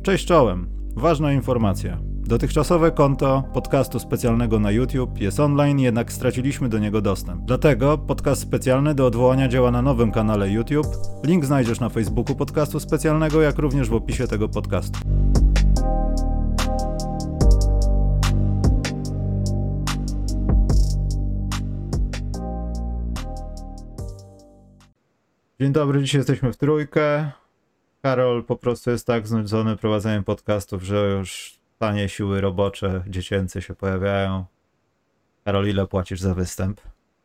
Cześć czołem. Ważna informacja. Dotychczasowe konto podcastu specjalnego na YouTube jest online, jednak straciliśmy do niego dostęp. Dlatego podcast specjalny do odwołania działa na nowym kanale YouTube. Link znajdziesz na Facebooku podcastu specjalnego, jak również w opisie tego podcastu. Dzień dobry, dzisiaj jesteśmy w trójkę. Karol po prostu jest tak znudzony prowadzeniem podcastów, że już tanie siły robocze, dziecięce się pojawiają. Karol, ile płacisz za występ?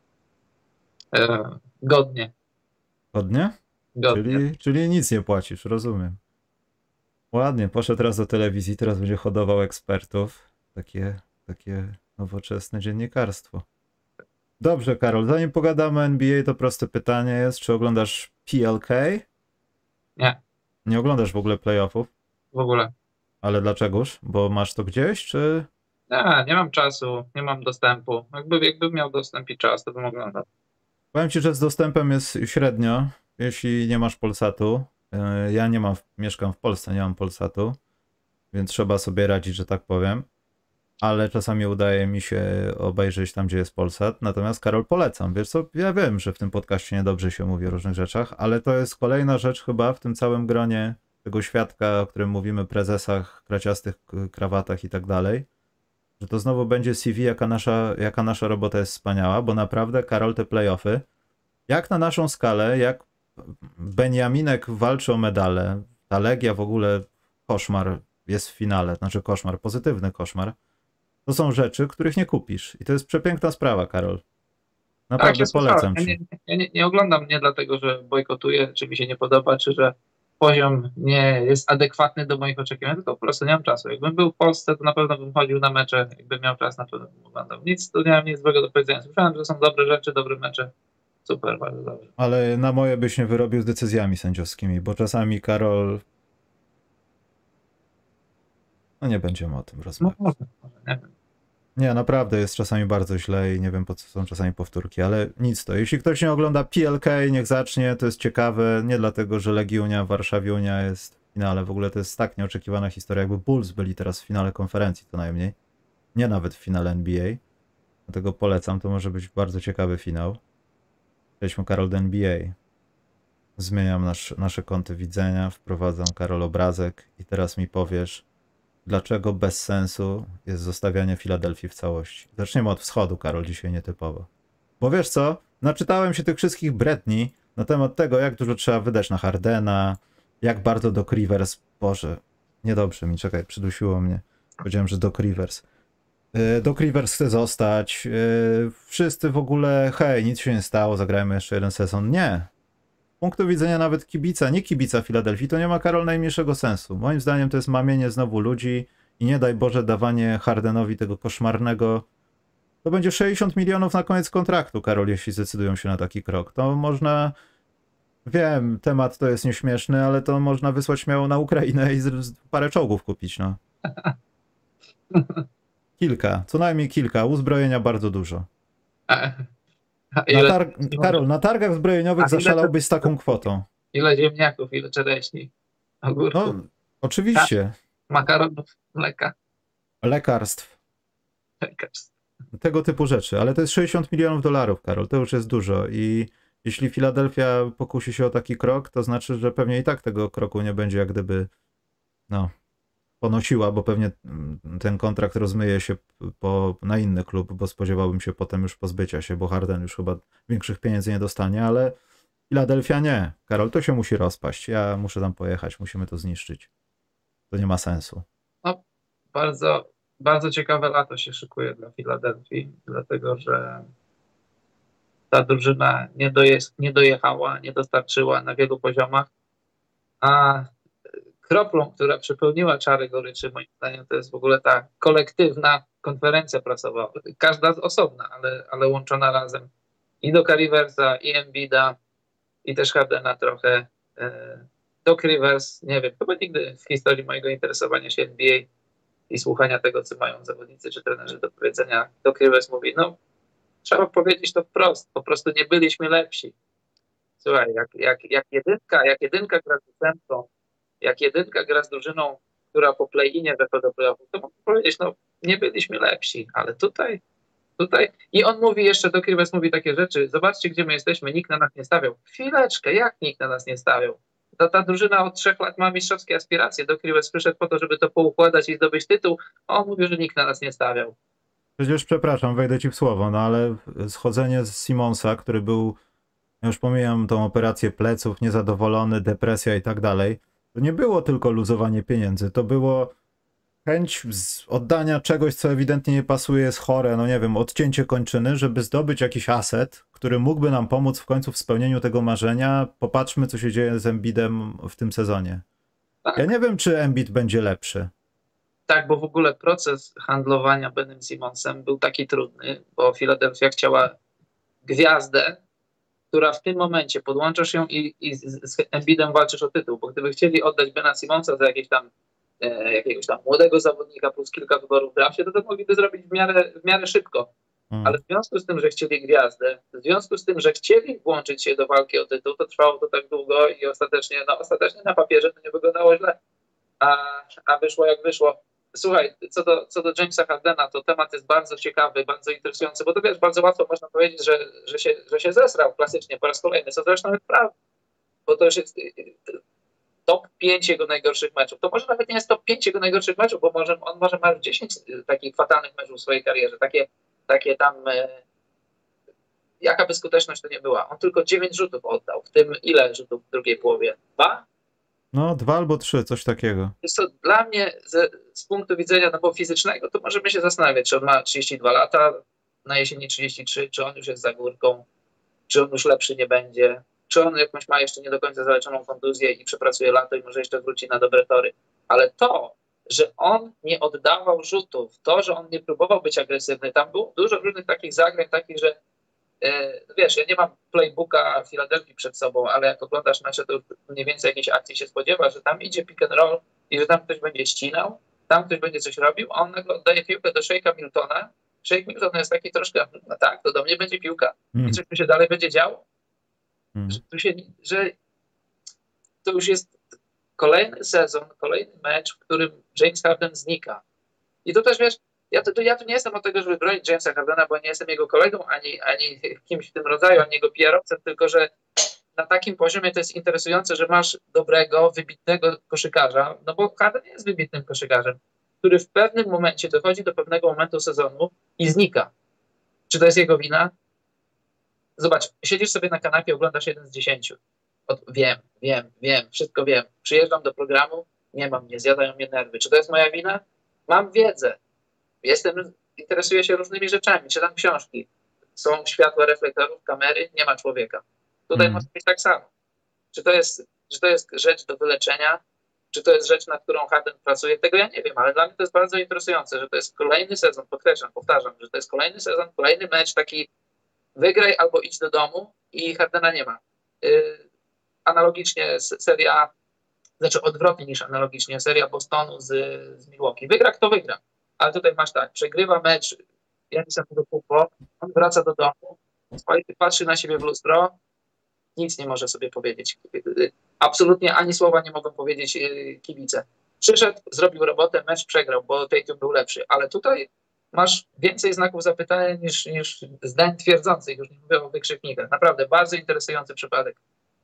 Godnie. Godnie? Czyli nic nie płacisz, rozumiem. Ładnie, poszedł raz do telewizji, teraz będzie hodował ekspertów. Takie nowoczesne dziennikarstwo. Dobrze, Karol, zanim pogadamy o NBA, to proste pytanie jest, czy oglądasz PLK? Nie. Nie oglądasz w ogóle playoffów? W ogóle. Ale dlaczegoż? Bo masz to gdzieś, czy... Nie mam czasu, nie mam dostępu. Jakbym miał dostęp i czas, to bym oglądał. Powiem ci, że z dostępem jest średnio, jeśli nie masz Polsatu. Ja mieszkam w Polsce, nie mam Polsatu, więc trzeba sobie radzić, że tak powiem. Ale czasami udaje mi się obejrzeć tam, gdzie jest Polsat. Natomiast Karol, polecam. Wiesz co, ja wiem, że w tym podcaście niedobrze się mówi o różnych rzeczach, ale to jest kolejna rzecz chyba w tym całym gronie tego świadka, o którym mówimy, prezesach, kraciastych krawatach i tak dalej, że to znowu będzie CV, jaka nasza robota jest wspaniała, bo naprawdę, Karol, te playoffy, jak na naszą skalę, jak Beniaminek walczy o medale, ta Legia w ogóle koszmar jest w finale, znaczy koszmar, pozytywny koszmar, to są rzeczy, których nie kupisz. I to jest przepiękna sprawa, Karol. Naprawdę ja polecam ci. Ja nie oglądam nie dlatego, że bojkotuję, czy mi się nie podoba, czy że poziom nie jest adekwatny do moich oczekiwań, tylko po prostu nie mam czasu. Jakbym był w Polsce, to na pewno bym chodził na mecze. Jakbym miał czas, na pewno bym oglądał. Nie mam nic złego do powiedzenia. Słyszałem, że są dobre rzeczy, dobre mecze. Super, bardzo dobrze. Ale na moje byś nie wyrobił z decyzjami sędziowskimi, bo czasami, Karol... No nie będziemy o tym rozmawiać. Może, nie wiem. Nie, naprawdę jest czasami bardzo źle i nie wiem, po co są czasami powtórki, ale nic to. Jeśli ktoś nie ogląda PLK, niech zacznie, to jest ciekawe, nie dlatego, że Legiunia, Warszawiunia jest w finale, w ogóle to jest tak nieoczekiwana historia, jakby Bulls byli teraz w finale konferencji co najmniej, nie nawet w finale NBA, dlatego polecam, to może być bardzo ciekawy finał. Przejdźmy, Karol, do NBA. Zmieniam nasze kąty widzenia, wprowadzam, Karol, obrazek i teraz mi powiesz, dlaczego bez sensu jest zostawianie Filadelfii w całości. Zaczniemy od wschodu, Karol, dzisiaj nietypowo. Bo wiesz co, naczytałem się tych wszystkich bredni na temat tego, jak dużo trzeba wydać na Hardena, jak bardzo Doc Rivers, Boże, niedobrze mi, czekaj, przydusiło mnie. Powiedziałem, że Doc Rivers. Doc Rivers chce zostać, wszyscy w ogóle, hej, nic się nie stało, zagrajmy jeszcze jeden sezon. Nie. Z punktu widzenia nawet kibica, nie kibica Filadelfii, to nie ma, Karol, najmniejszego sensu. Moim zdaniem to jest mamienie znowu ludzi i nie daj Boże dawanie Hardenowi tego koszmarnego. To będzie 60 milionów na koniec kontraktu, Karol, jeśli zdecydują się na taki krok. To można, wiem, temat to jest nieśmieszny, ale to można wysłać śmiało na Ukrainę i parę czołgów kupić, no. Kilka, co najmniej kilka, uzbrojenia bardzo dużo. Karol, na targach zbrojeniowych zaszalałbyś z taką kwotą. Ile ziemniaków, ile czereśni, ogórków. No, oczywiście. Makaronów, mleka. Lekarstw. Tego typu rzeczy, ale to jest 60 milionów dolarów, Karol, to już jest dużo i jeśli Filadelfia pokusi się o taki krok, to znaczy, że pewnie i tak tego kroku nie będzie jak gdyby ponosiła, bo pewnie ten kontrakt rozmyje się na inny klub, bo spodziewałbym się potem już pozbycia się, bo Harden już chyba większych pieniędzy nie dostanie, ale Filadelfia nie. Karol, to się musi rozpaść. Ja muszę tam pojechać, musimy to zniszczyć. To nie ma sensu. No, bardzo, bardzo ciekawe lato się szykuje dla Filadelfii, dlatego że ta drużyna nie dojechała, nie dostarczyła na wielu poziomach, a kroplą, która przepełniła czary goryczy, moim zdaniem, to jest w ogóle ta kolektywna konferencja prasowa. Każda z osobna, ale łączona razem. I Doca Riversa, i Embida, i też Hardena trochę. Doc Rivers, nie wiem, chyba nigdy w historii mojego interesowania się NBA i słuchania tego, co mają zawodnicy czy trenerzy do powiedzenia, Doc Rivers mówi, no trzeba powiedzieć to wprost, po prostu nie byliśmy lepsi. Słuchaj, jak jedynka gra z ósemką, jak jedynka gra z drużyną która po play-inie weszła do playoffów, to mógł powiedzieć, no nie byliśmy lepsi, ale tutaj. I on mówi jeszcze, Doc Rivers mówi takie rzeczy, zobaczcie, gdzie my jesteśmy, nikt na nas nie stawiał. Chwileczkę, jak nikt na nas nie stawiał? Ta drużyna od 3 lat ma mistrzowskie aspiracje. Doc Rivers przyszedł po to, żeby to poukładać i zdobyć tytuł, a on mówi, że nikt na nas nie stawiał. Przecież, przepraszam, wejdę ci w słowo, no ale schodzenie z Simonsa, który był, ja już pomijam tą operację pleców, niezadowolony, depresja i tak dalej, to nie było tylko luzowanie pieniędzy, to było chęć oddania czegoś, co ewidentnie nie pasuje, jest chore, no nie wiem, odcięcie kończyny, żeby zdobyć jakiś aset, który mógłby nam pomóc w końcu w spełnieniu tego marzenia. Popatrzmy, co się dzieje z Embiidem w tym sezonie. Tak. Ja nie wiem, czy Embiid będzie lepszy. Tak, bo w ogóle proces handlowania Benem Simmonsem był taki trudny, bo Philadelphia chciała gwiazdę, która w tym momencie podłączasz ją i z Embiidem walczysz o tytuł, bo gdyby chcieli oddać Bena Simmonsa za jakiegoś tam młodego zawodnika plus kilka wyborów w drafcie, to mogliby zrobić w miarę szybko. Ale w związku z tym, że chcieli gwiazdę, w związku z tym, że chcieli włączyć się do walki o tytuł, to trwało to tak długo i ostatecznie na papierze to nie wyglądało źle, a wyszło jak wyszło. Słuchaj, co do Jamesa Hardena, to temat jest bardzo ciekawy, bardzo interesujący, bo to wiesz, bardzo łatwo można powiedzieć, że się zesrał klasycznie po raz kolejny, co zresztą jest prawda, bo to już jest top 5 jego najgorszych meczów. To może nawet nie jest top 5 jego najgorszych meczów, bo on może ma 10 takich fatalnych meczów w swojej karierze, takie tam, jaka by skuteczność to nie była. On tylko 9 rzutów oddał, w tym ile rzutów w drugiej połowie? 2? No 2 albo 3, coś takiego. Jest to dla mnie z punktu widzenia fizycznego, to możemy się zastanawiać, czy on ma 32 lata, na jesieni 33, czy on już jest za górką, czy on już lepszy nie będzie, czy on jakąś ma jeszcze nie do końca zaleczoną kontuzję i przepracuje lato i może jeszcze wróci na dobre tory. Ale to, że on nie oddawał rzutów, to, że on nie próbował być agresywny, tam było dużo różnych takich zagrań, takich, że wiesz, ja nie mam playbooka Filadelfii przed sobą, ale jak oglądasz mecze, to mniej więcej jakiejś akcji się spodziewa, że tam idzie pick and roll i że tam ktoś będzie ścinał, tam ktoś będzie coś robił, a on nagle oddaje piłkę do Shake'a Miltona. Shake Milton jest taki troszkę, no tak, to do mnie będzie piłka. I coś tu się dalej będzie działo? Że to już jest kolejny sezon, kolejny mecz, w którym James Harden znika. I to też, wiesz, ja tu nie jestem od tego, żeby bronić Jamesa Hardena, bo nie jestem jego kolegą, ani kimś w tym rodzaju, ani jego PR-owcem, tylko że na takim poziomie to jest interesujące, że masz dobrego, wybitnego koszykarza, no bo Harden jest wybitnym koszykarzem, który w pewnym momencie dochodzi do pewnego momentu sezonu i znika. Czy to jest jego wina? Zobacz, siedzisz sobie na kanapie, oglądasz 1 z 10. Wiem, wszystko wiem. Przyjeżdżam do programu, nie mam mnie, zjadają mnie nerwy. Czy to jest moja wina? Mam wiedzę. Interesuję się różnymi rzeczami, czytam książki. Są światła reflektorów, kamery, nie ma człowieka. Tutaj może być tak samo. Czy to jest rzecz do wyleczenia? Czy to jest rzecz, nad którą Harden pracuje? Tego ja nie wiem, ale dla mnie to jest bardzo interesujące, że to jest kolejny sezon, powtarzam, że to jest kolejny sezon, kolejny mecz, taki wygraj albo idź do domu i Hardena nie ma. Analogicznie seria, znaczy odwrotnie niż analogicznie, seria Bostonu z Milwaukee. Wygra kto wygra. Ale tutaj masz tak, przegrywa mecz Giannis Antetokounmpo, on wraca do domu, patrzy na siebie w lustro, nic nie może sobie powiedzieć. Absolutnie ani słowa nie mogą powiedzieć kibice. Przyszedł, zrobił robotę, mecz przegrał, bo Tatum był lepszy. Ale tutaj masz więcej znaków zapytania niż zdań twierdzących, już nie mówię o wykrzyknikach. Naprawdę bardzo interesujący przypadek.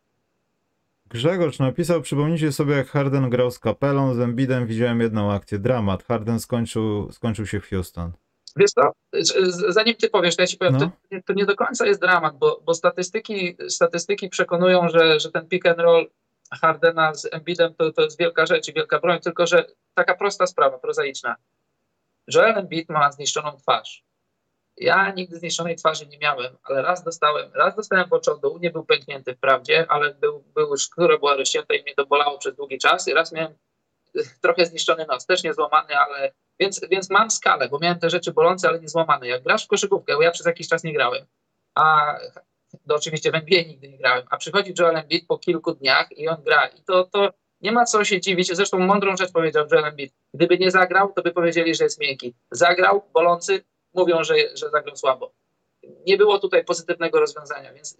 Grzegorz napisał, przypomnijcie sobie, jak Harden grał z Capellą, z Embiidem, widziałem jedną akcję, dramat. Harden skończył się w Houston. Wiesz co, zanim ty powiesz, to ja ci powiem, no. to nie do końca jest dramat, bo statystyki przekonują, że ten pick and roll Hardena z Embiidem to jest wielka rzecz i wielka broń, tylko że taka prosta sprawa, prozaiczna. Joel Embiid ma zniszczoną twarz. Ja nigdy zniszczonej twarzy nie miałem, ale raz dostałem boczą od dołu, nie był pęknięty wprawdzie, ale był skóra była rozcięta i mnie to bolało przez długi czas i raz miałem trochę zniszczony nos, też nie złamany, ale więc mam skalę, bo miałem te rzeczy bolące, ale nie złamane. Jak grasz w koszykówkę, bo ja przez jakiś czas nie grałem, oczywiście w NBA nigdy nie grałem, a przychodzi Joel Embiid po kilku dniach i on gra i to nie ma co się dziwić. Zresztą mądrą rzecz powiedział Joel Embiid. Gdyby nie zagrał, to by powiedzieli, że jest miękki. Zagrał, bolący, mówią, że zagrał słabo. Nie było tutaj pozytywnego rozwiązania, więc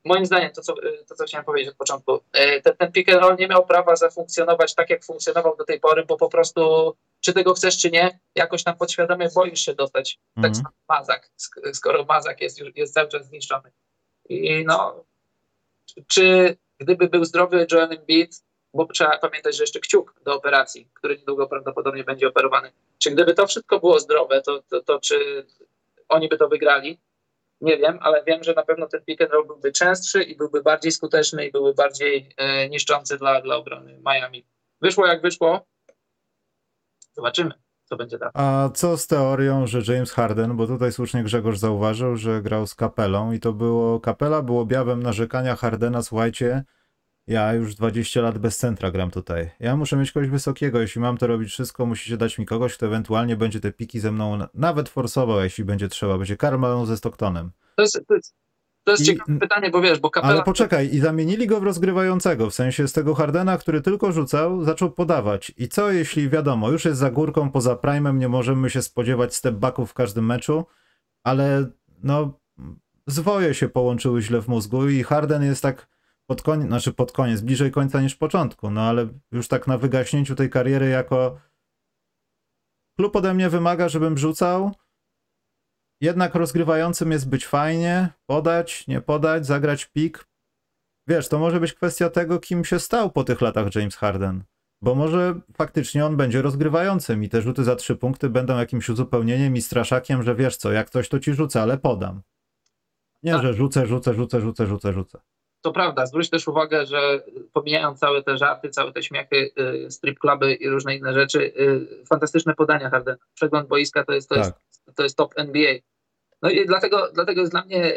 moim zdaniem, to co chciałem powiedzieć od początku, ten pick and roll nie miał prawa zafunkcjonować tak, jak funkcjonował do tej pory, bo po prostu, czy tego chcesz, czy nie, jakoś tam podświadomie boisz się dostać tak samo Mazak, skoro Mazak jest cały czas zniszczony. I no, czy gdyby był zdrowy Joel Embiid, bo trzeba pamiętać, że jeszcze kciuk do operacji, który niedługo prawdopodobnie będzie operowany, czy gdyby to wszystko było zdrowe, to czy oni by to wygrali? Nie wiem, ale wiem, że na pewno ten pick and roll byłby częstszy i byłby bardziej skuteczny i byłby bardziej niszczący dla obrony Miami. Wyszło jak wyszło. Zobaczymy, co będzie dalej. A co z teorią, że James Harden, bo tutaj słusznie Grzegorz zauważył, że grał z Capellą i to Capella było objawem narzekania Hardena, słuchajcie, ja już 20 lat bez centra gram tutaj. Ja muszę mieć kogoś wysokiego, jeśli mam to robić wszystko, musicie dać mi kogoś, kto ewentualnie będzie te piki ze mną nawet forsował, jeśli będzie trzeba. Będzie Karl Malone ze Stocktonem. To jest ciekawe pytanie, bo wiesz, bo Capella... Ale poczekaj, i zamienili go w rozgrywającego, w sensie z tego Hardena, który tylko rzucał, zaczął podawać. I co jeśli, wiadomo, już jest za górką, poza prime'em, nie możemy się spodziewać step-backów w każdym meczu, ale no zwoje się połączyły źle w mózgu i Harden jest tak pod koniec, bliżej końca niż początku, no ale już tak na wygaśnięciu tej kariery jako klub ode mnie wymaga, żebym rzucał. Jednak rozgrywającym jest być fajnie, podać, nie podać, zagrać pik. Wiesz, to może być kwestia tego, kim się stał po tych latach James Harden. Bo może faktycznie on będzie rozgrywającym i te rzuty za 3 punkty będą jakimś uzupełnieniem i straszakiem, że wiesz co, jak coś to ci rzucę, ale podam. Nie, że rzucę. To prawda, zwróć też uwagę, że pomijając całe te żarty, całe te śmiechy, strip cluby i różne inne rzeczy, fantastyczne podania Hardena. Przegląd boiska to jest top NBA. No i dlatego jest dla mnie,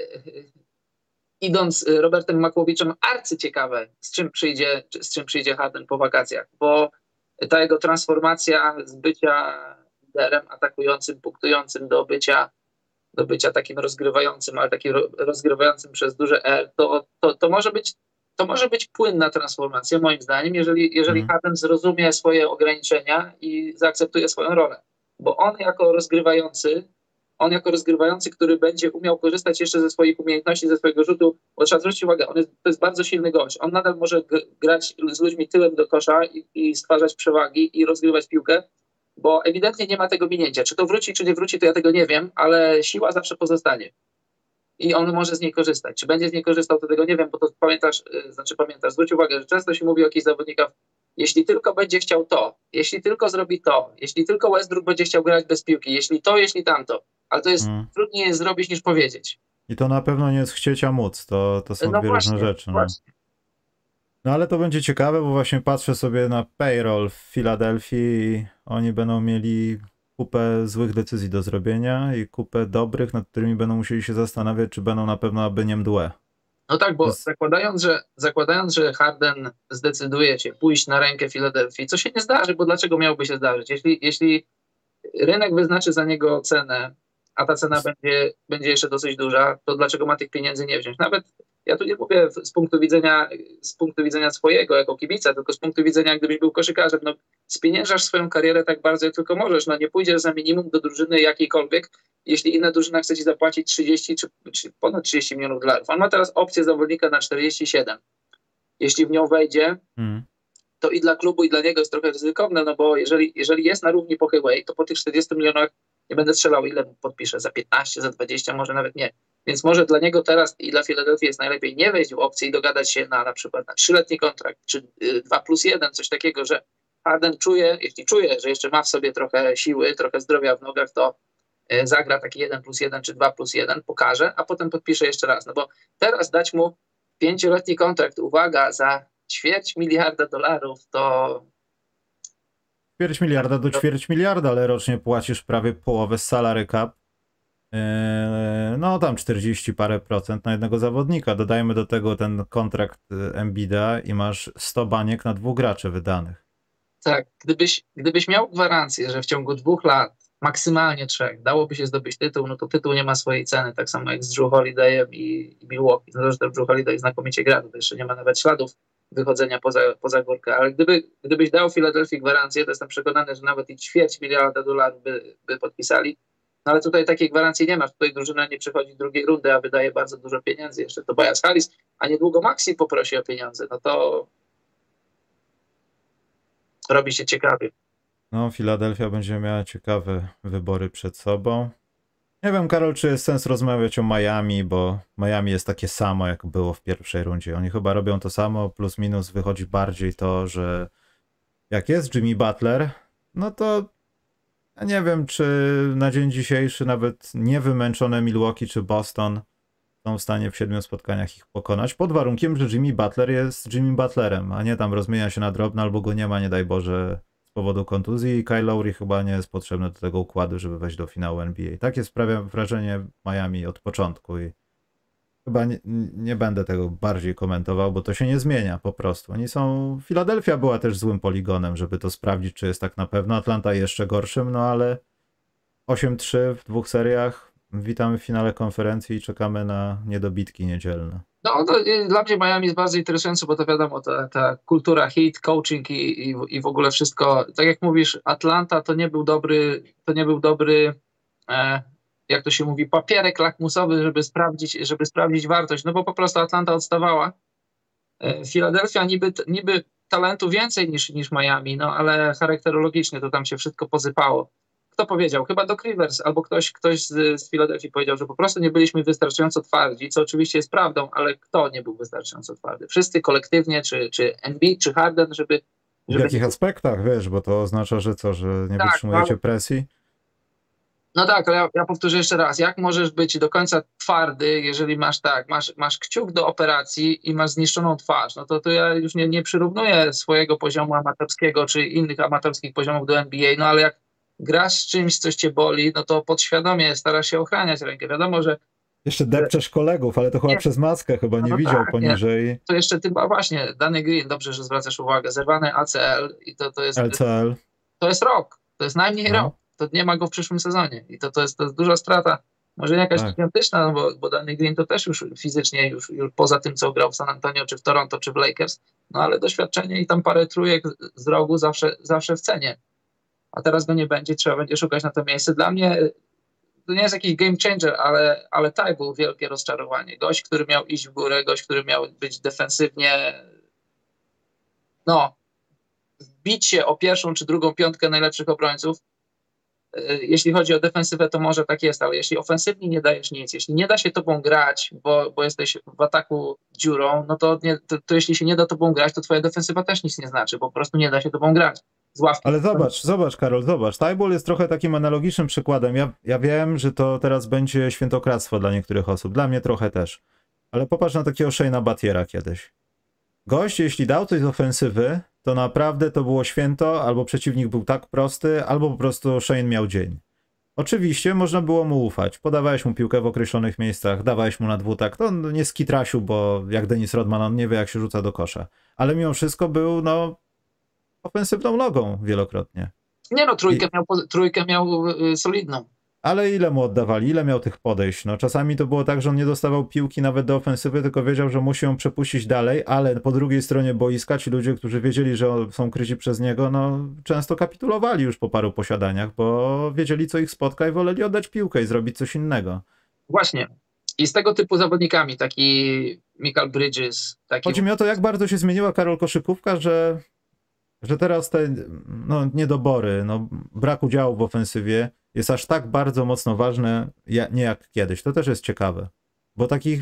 idąc Robertem Makłowiczem, arcyciekawe, z czym przyjdzie Harden po wakacjach, bo ta jego transformacja z bycia liderem atakującym, punktującym do bycia takim rozgrywającym, ale takim rozgrywającym przez duże R, to może być płynna transformacja, moim zdaniem, jeżeli Harden zrozumie swoje ograniczenia i zaakceptuje swoją rolę. Bo on jako rozgrywający, który będzie umiał korzystać jeszcze ze swoich umiejętności, ze swojego rzutu, bo trzeba zwrócić uwagę, to jest bardzo silny gość. On nadal może grać z ludźmi tyłem do kosza i stwarzać przewagi i rozgrywać piłkę, bo ewidentnie nie ma tego minięcia. Czy to wróci, czy nie wróci, to ja tego nie wiem, ale siła zawsze pozostanie. I on może z niej korzystać. Czy będzie z niej korzystał, to tego nie wiem, bo to pamiętasz, zwróć uwagę, że często się mówi o jakichś zawodnikach, jeśli tylko będzie chciał to, jeśli tylko zrobi to, jeśli tylko Westbrook będzie chciał grać bez piłki, jeśli to, jeśli tamto. Ale to jest trudniej jest zrobić niż powiedzieć. I to na pewno nie jest chcieć, a móc. To są dwie różne rzeczy. No ale to będzie ciekawe, bo właśnie patrzę sobie na payroll w Filadelfii i oni będą mieli kupę złych decyzji do zrobienia i kupę dobrych, nad którymi będą musieli się zastanawiać, czy będą na pewno aby nie mdłe. No tak, bo zakładając, że Harden zdecyduje się pójść na rękę Filadelfii, co się nie zdarzy, bo dlaczego miałoby się zdarzyć? Jeśli rynek wyznaczy za niego cenę, a ta cena będzie jeszcze dosyć duża, to dlaczego ma tych pieniędzy nie wziąć? Nawet ja tu nie mówię z punktu widzenia swojego jako kibica, tylko z punktu widzenia, gdybyś był koszykarzem, no spieniężasz swoją karierę tak bardzo, jak tylko możesz, no nie pójdziesz za minimum do drużyny jakiejkolwiek, jeśli inna drużyna chce ci zapłacić 30 czy ponad 30 milionów dolarów. On ma teraz opcję zawodnika na 47. Jeśli w nią wejdzie, to i dla klubu, i dla niego jest trochę ryzykowne, no bo jeżeli jest na równi po Hayway, to po tych 40 milionach nie będę strzelał, ile podpiszę, za 15, za 20, może nawet nie. Więc może dla niego teraz i dla Filadelfii jest najlepiej nie wejść w opcję i dogadać się na przykład na 3-letni kontrakt, czy 2+1, coś takiego, że Harden jeśli czuje, że jeszcze ma w sobie trochę siły, trochę zdrowia w nogach, to zagra taki 1+1 czy 2+1, pokaże, a potem podpisze jeszcze raz. No bo teraz dać mu 5-letni kontrakt, uwaga, za $250 miliona, to... $250 do $250 miliona, ale rocznie płacisz prawie połowę z salary cap. No tam 40 parę procent na jednego zawodnika. Dodajmy do tego ten kontrakt Embida i masz 100 baniek na 2 graczy wydanych. Tak, gdybyś miał gwarancję, że w ciągu 2 lat, maksymalnie 3, dałoby się zdobyć tytuł, no to tytuł nie ma swojej ceny, tak samo jak z Drew Holidayem i Milwaukee. No, że Drew Holiday znakomicie gra, to jeszcze nie ma nawet śladów wychodzenia poza górkę, ale gdybyś dał Filadelfii gwarancję, to jestem przekonany, że nawet i $250 miliona by podpisali, No ale tutaj takiej gwarancji nie masz. Tutaj drużyna nie przechodzi drugiej rundy, a wydaje bardzo dużo pieniędzy. Jeszcze Tobias Harris, a niedługo Maxi poprosi o pieniądze. No to robi się ciekawie. No, Filadelfia będzie miała ciekawe wybory przed sobą. Nie wiem, Karol, czy jest sens rozmawiać o Miami, bo Miami jest takie samo, jak było w pierwszej rundzie. Oni chyba robią to samo, plus minus wychodzi bardziej to, że jak jest Jimmy Butler, no to ja nie wiem, czy na dzień dzisiejszy nawet niewymęczone Milwaukee czy Boston są w stanie w 7 spotkaniach ich pokonać, pod warunkiem, że Jimmy Butler jest Jimmy Butlerem, a nie tam rozmienia się na drobne, albo go nie ma, nie daj Boże, z powodu kontuzji, i Kyle Lowry chyba nie jest potrzebny do tego układu, żeby wejść do finału NBA. Takie sprawia wrażenie Miami od początku i chyba nie będę tego bardziej komentował, bo to się nie zmienia po prostu. Oni są... Filadelfia była też złym poligonem, żeby to sprawdzić, czy jest tak na pewno. Atlanta jeszcze gorszym, no ale 8-3 w 2 seriach. Witamy w finale konferencji i czekamy na niedobitki niedzielne. No to dla mnie Miami jest bardzo interesujące, bo to wiadomo, ta kultura hit, coaching i w ogóle wszystko. Tak jak mówisz, Atlanta to nie był dobry jak to się mówi, papierek lakmusowy, żeby sprawdzić wartość, no bo po prostu Atlanta odstawała. Filadelfia niby talentu więcej niż Miami, no ale charakterologicznie to tam się wszystko posypało. Kto powiedział? Chyba Doc Rivers albo ktoś z Filadelfii powiedział, że po prostu nie byliśmy wystarczająco twardzi, co oczywiście jest prawdą, ale kto nie był wystarczająco twardy? Wszyscy kolektywnie, czy Embiid, czy Harden, żeby... W jakich aspektach, wiesz, bo to oznacza, że co, że nie wytrzymujecie presji? No tak, ale ja powtórzę jeszcze raz. Jak możesz być do końca twardy, jeżeli masz kciuk do operacji i masz zniszczoną twarz? No to ja już nie przyrównuję swojego poziomu amatorskiego czy innych amatorskich poziomów do NBA, no ale jak grasz z czymś, coś cię boli, no to podświadomie starasz się ochraniać rękę. Wiadomo, że... Jeszcze depczesz kolegów, ale to chyba przez maskę, chyba nie widział tak, poniżej. Nie. To jeszcze właśnie, Danny Green, dobrze, że zwracasz uwagę, zerwany ACL i to jest... LCL. To jest rok, to jest najmniej rok. To nie ma go w przyszłym sezonie i to jest duża strata. Może nie jakaś gigantyczna, bo Danny Green to też już fizycznie, już poza tym, co grał w San Antonio, czy w Toronto, czy w Lakers, no ale doświadczenie i tam parę trójek z rogu zawsze w cenie. A teraz go nie będzie, trzeba będzie szukać na to miejsce. Dla mnie to nie jest jakiś game changer, ale Ty był wielkie rozczarowanie. Gość, który miał iść w górę, gość, który miał być defensywnie, wbić się o pierwszą czy drugą piątkę najlepszych obrońców. Jeśli chodzi o defensywę, to może tak jest, ale jeśli ofensywnie nie dajesz nic, jeśli nie da się tobą grać, bo jesteś w ataku dziurą, no to jeśli się nie da tobą grać, to twoja defensywa też nic nie znaczy, bo po prostu nie da się tobą grać. Z ławki. Ale zobacz Karol, zobacz. Tyball jest trochę takim analogicznym przykładem. Ja wiem, że to teraz będzie świętokradztwo dla niektórych osób, dla mnie trochę też. Ale popatrz na takiego Shane'a Battiera kiedyś. Gość, jeśli dał coś z ofensywy, to naprawdę to było święto, albo przeciwnik był tak prosty, albo po prostu Shane miał dzień. Oczywiście można było mu ufać. Podawałeś mu piłkę w określonych miejscach, dawałeś mu na dwutak. To on nie skitrasił, bo jak Dennis Rodman, on nie wie, jak się rzuca do kosza. Ale mimo wszystko był, ofensywną nogą wielokrotnie. Nie trójkę miał solidną. Ale ile mu oddawali? Ile miał tych podejść? Czasami to było tak, że on nie dostawał piłki nawet do ofensywy, tylko wiedział, że musi ją przepuścić dalej, ale po drugiej stronie boiska ci ludzie, którzy wiedzieli, że są kryci przez niego, często kapitulowali już po paru posiadaniach, bo wiedzieli, co ich spotka i woleli oddać piłkę i zrobić coś innego. Właśnie. I z tego typu zawodnikami, taki Michael Bridges. Chodzi mi o to, jak bardzo się zmieniła, Karol, koszykówka, że teraz te niedobory, brak udziału w ofensywie jest aż tak bardzo mocno ważne, nie jak kiedyś. To też jest ciekawe. Bo takich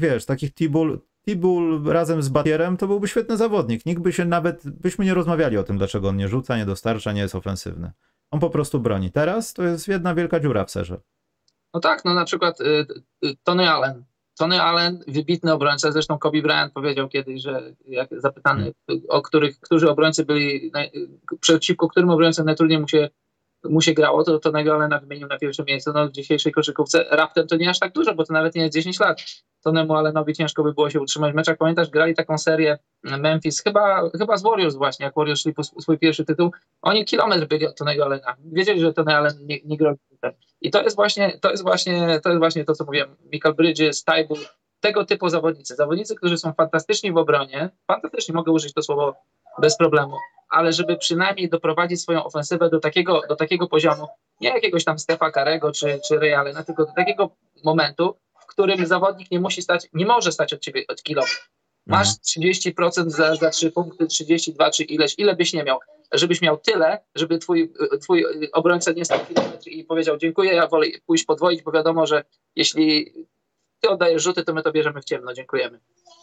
T-Bull razem z Battierem to byłby świetny zawodnik. Byśmy nie rozmawiali o tym, dlaczego on nie rzuca, nie dostarcza, nie jest ofensywny. On po prostu broni. Teraz to jest jedna wielka dziura w serze. No tak, na przykład Tony Allen. Tony Allen, wybitny obrońca, zresztą Kobe Bryant powiedział kiedyś, że jak zapytany, którzy obrońcy byli, przeciwko którym obrońcom najtrudniej mu się grało, to Tonego Allena wymienił na pierwsze miejsce w dzisiejszej koszykówce. Raptem to nie aż tak dużo, bo to nawet nie jest 10 lat. Tonemu Allenowi ciężko by było się utrzymać w meczach. Pamiętasz, grali taką serię Memphis, chyba z Warriors właśnie, jak Warriors szli po swój pierwszy tytuł. Oni kilometr byli od Tonego Allena. Wiedzieli, że Tony Allen nie gra. I to jest właśnie to, co mówiłem. Michael Bridges, Ty Bull, tego typu zawodnicy. Zawodnicy, którzy są fantastyczni w obronie. Fantastycznie, mogę użyć to słowo bez problemu. Ale żeby przynajmniej doprowadzić swoją ofensywę do takiego poziomu, nie jakiegoś tam Stefa Karego czy Ray Allena, tylko do takiego momentu, w którym zawodnik nie może stać od ciebie od kilowy. Masz 30% za 3 punkty, 32 czy ile byś nie miał. Żebyś miał tyle, żeby twój obrońca nie stał kilometr i powiedział dziękuję, ja wolę pójść podwoić, bo wiadomo, że jeśli ty oddajesz rzuty, to my to bierzemy w ciemno. Dziękujemy.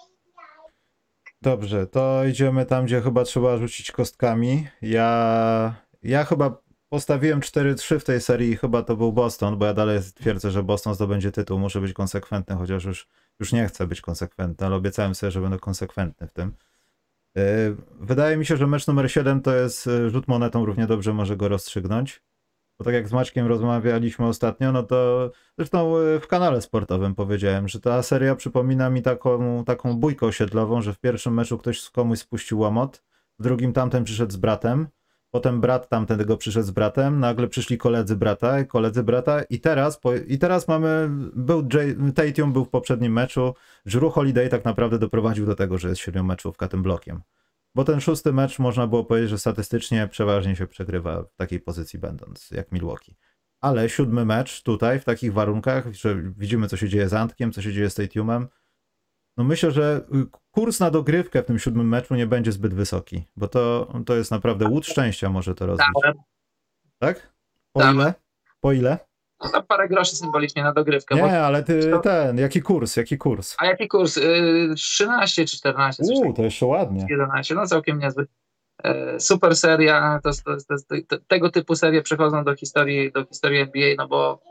Dobrze, to idziemy tam, gdzie chyba trzeba rzucić kostkami. Ja chyba postawiłem 4-3 w tej serii i chyba to był Boston, bo ja dalej twierdzę, że Boston zdobędzie tytuł. Muszę być konsekwentny, chociaż już nie chcę być konsekwentny, ale obiecałem sobie, że będę konsekwentny w tym. Wydaje mi się, że mecz numer 7 to jest rzut monetą, równie dobrze może go rozstrzygnąć. Bo tak jak z Maćkiem rozmawialiśmy ostatnio, no to zresztą w kanale sportowym powiedziałem, że ta seria przypomina mi taką bójkę osiedlową, że w pierwszym meczu ktoś z komuś spuścił łomot, w drugim tamten przyszedł z bratem, potem brat tamtego przyszedł z bratem, nagle przyszli koledzy brata i teraz Tatum był w poprzednim meczu, Jrue Holiday tak naprawdę doprowadził do tego, że jest 7-meczówka tym blokiem. Bo ten 6. mecz można było powiedzieć, że statystycznie przeważnie się przegrywa w takiej pozycji będąc, jak Milwaukee. Ale 7. mecz tutaj, w takich warunkach, że widzimy co się dzieje z Antkiem, co się dzieje z Tatumem, no myślę, że kurs na dogrywkę w tym 7. meczu nie będzie zbyt wysoki, bo to jest naprawdę łód szczęścia może to rozbić. Tak? Po ile? No tam parę groszy symbolicznie na dogrywkę. Nie, ale jaki kurs? A jaki kurs? 13 czy 14? To jeszcze ładnie. 11, no całkiem niezły. Super seria, tego typu serie przechodzą do historii NBA, no bo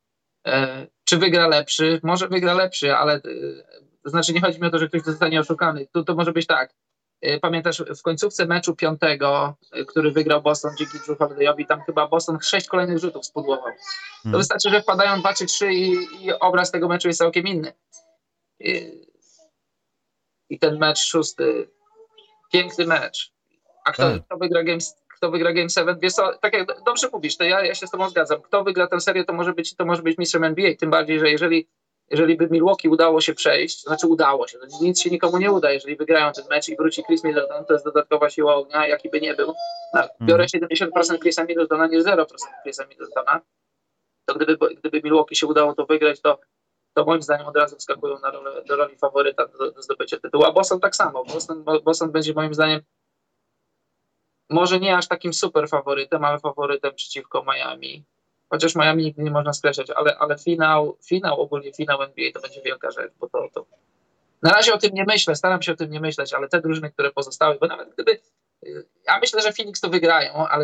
czy wygra lepszy? Może wygra lepszy, ale to znaczy nie chodzi mi o to, że ktoś zostanie oszukany. To może być tak. Pamiętasz, w końcówce meczu 5, który wygrał Boston dzięki Jrue Holidayowi, tam chyba Boston 6 kolejnych rzutów spudłował. To wystarczy, że wpadają 2 czy 3 i obraz tego meczu jest całkiem inny. I ten mecz 6, piękny mecz. A kto wygra Game 7? Wiesz co, tak jak dobrze mówisz, to ja się z tobą zgadzam. Kto wygra tę serię, to może być mistrzem NBA. Tym bardziej, że jeżeli by Milwaukee udało się przejść, znaczy udało się, no nic się nikomu nie uda, jeżeli wygrają ten mecz i wróci Chris Middleton, to jest dodatkowa siła ognia, jaki by nie był. Biorę 70% Chrisa Middletona niż 0% Chrisa Middletona. To gdyby Milwaukee się udało to wygrać, to moim zdaniem od razu wskakują do roli faworyta do zdobycia tytułu. A Boston tak samo. Boston będzie moim zdaniem może nie aż takim super faworytem, ale faworytem przeciwko Miami. Chociaż Miami nigdy nie można skreślać, ale ogólnie finał NBA to będzie wielka rzecz, bo to na razie o tym nie myślę, staram się o tym nie myśleć, ale te drużyny, które pozostały, bo nawet ja myślę, że Phoenix to wygrają, ale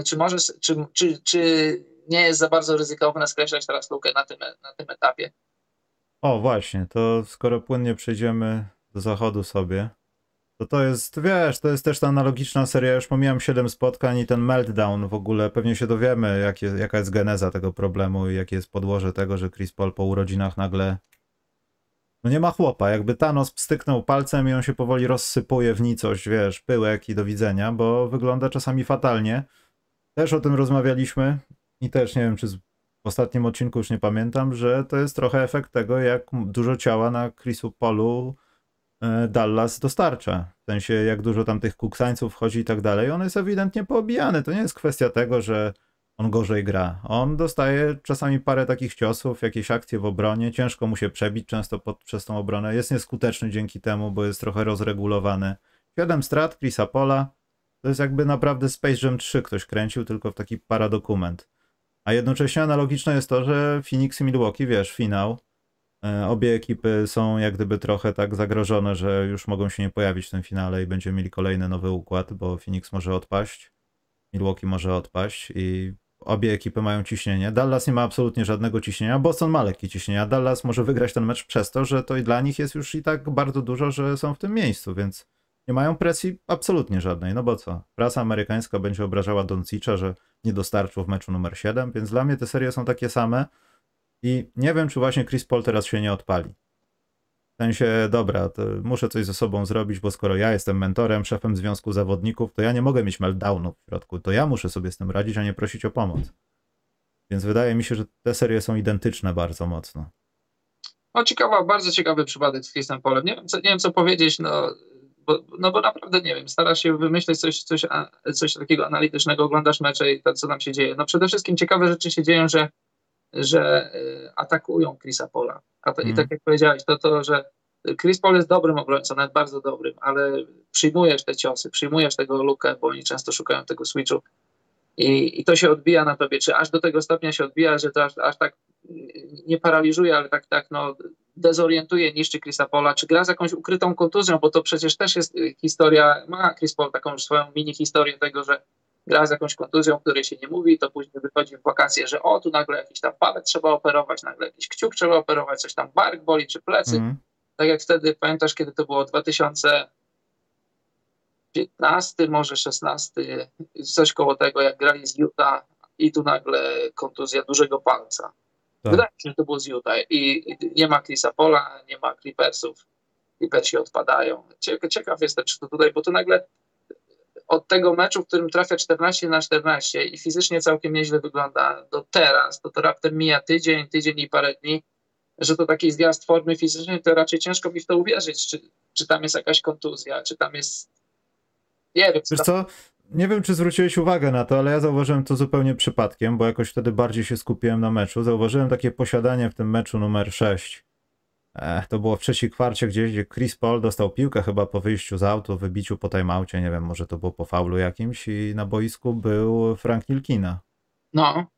czy nie jest za bardzo ryzykowne skreślać teraz lukę na tym etapie? O właśnie, to skoro płynnie przejdziemy do zachodu sobie, to jest, wiesz, to jest też ta analogiczna seria, już pomijam 7 spotkań i ten meltdown w ogóle, pewnie się dowiemy, jaka jest geneza tego problemu i jakie jest podłoże tego, że Chris Paul po urodzinach nagle no nie ma chłopa, jakby Thanos pstyknął palcem i on się powoli rozsypuje w nicość, wiesz, pyłek i do widzenia, bo wygląda czasami fatalnie. Też o tym rozmawialiśmy i też nie wiem, czy w ostatnim odcinku już nie pamiętam, że to jest trochę efekt tego, jak dużo ciała na Chrisu Paulu Dallas dostarcza. W sensie, jak dużo tam tych kuksańców wchodzi i tak dalej. On jest ewidentnie poobijany. To nie jest kwestia tego, że on gorzej gra. On dostaje czasami parę takich ciosów, jakieś akcje w obronie. Ciężko mu się przebić często przez tą obronę. Jest nieskuteczny dzięki temu, bo jest trochę rozregulowany. 7 strat Chrisa Paula. To jest jakby naprawdę Space Jam 3 ktoś kręcił, tylko w taki paradokument. A jednocześnie analogiczne jest to, że Phoenix i Milwaukee, wiesz, finał. Obie ekipy są jak gdyby trochę tak zagrożone, że już mogą się nie pojawić w tym finale i będziemy mieli kolejny nowy układ, bo Phoenix może odpaść, Milwaukee może odpaść i obie ekipy mają ciśnienie. Dallas nie ma absolutnie żadnego ciśnienia, Boston ma lekkie ciśnienie, Dallas może wygrać ten mecz przez to, że to i dla nich jest już i tak bardzo dużo, że są w tym miejscu, więc nie mają presji absolutnie żadnej, no bo co? Prasa amerykańska będzie obrażała Doncicza, że nie dostarczył w meczu numer 7, więc dla mnie te serie są takie same. I nie wiem, czy właśnie Chris Paul teraz się nie odpali. W sensie, dobra, to muszę coś ze sobą zrobić, bo skoro ja jestem mentorem, szefem związku zawodników, to ja nie mogę mieć meltdownu w środku. To ja muszę sobie z tym radzić, a nie prosić o pomoc. Więc wydaje mi się, że te serie są identyczne bardzo mocno. No bardzo ciekawy przypadek z Chrisem Paulem. Nie wiem, co powiedzieć. No, bo naprawdę nie wiem, starasz się wymyśleć coś takiego analitycznego, oglądasz mecze i to, co tam się dzieje. No przede wszystkim ciekawe rzeczy się dzieją, że atakują Chrisa Paula. I tak jak powiedziałeś, że Chris Paul jest dobrym obrońcą, nawet bardzo dobrym, ale przyjmujesz te ciosy, przyjmujesz tego lukę, bo oni często szukają tego switchu i to się odbija na tobie. Czy aż do tego stopnia się odbija, że to aż tak nie paraliżuje, ale tak dezorientuje, niszczy Chrisa Paula, czy gra z jakąś ukrytą kontuzją, bo to przecież też jest historia, ma Chris Paul taką swoją mini historię tego, że gra z jakąś kontuzją, której się nie mówi, to później wychodzi w wakacje, że tu nagle jakiś tam palec trzeba operować, nagle jakiś kciuk trzeba operować, coś tam bark boli, czy plecy. Tak jak wtedy, pamiętasz, kiedy to było 2015, może 16, coś koło tego, jak grali z Utah i tu nagle kontuzja dużego palca. Tak. Wydaje mi się, że to było z Utah i nie ma Chrisa Paula, nie ma Clippersów, Clippersi odpadają. Ciekaw jestem, czy to tutaj, bo to nagle od tego meczu, w którym trafia 14/14 i fizycznie całkiem nieźle wygląda do teraz, to raptem mija tydzień i parę dni, że to taki zjazd formy fizycznej, to raczej ciężko mi w to uwierzyć, czy tam jest jakaś kontuzja, czy tam jest... Nie wiem. Wiesz co, nie wiem, czy zwróciłeś uwagę na to, ale ja zauważyłem to zupełnie przypadkiem, bo jakoś wtedy bardziej się skupiłem na meczu. Zauważyłem takie posiadanie w tym meczu numer 6. To było w trzeciej kwarcie gdzie Chris Paul dostał piłkę chyba po wyjściu z autu, wybiciu po timeoutie, nie wiem, może to było po faulu jakimś i na boisku był Frank Ntilikina. No.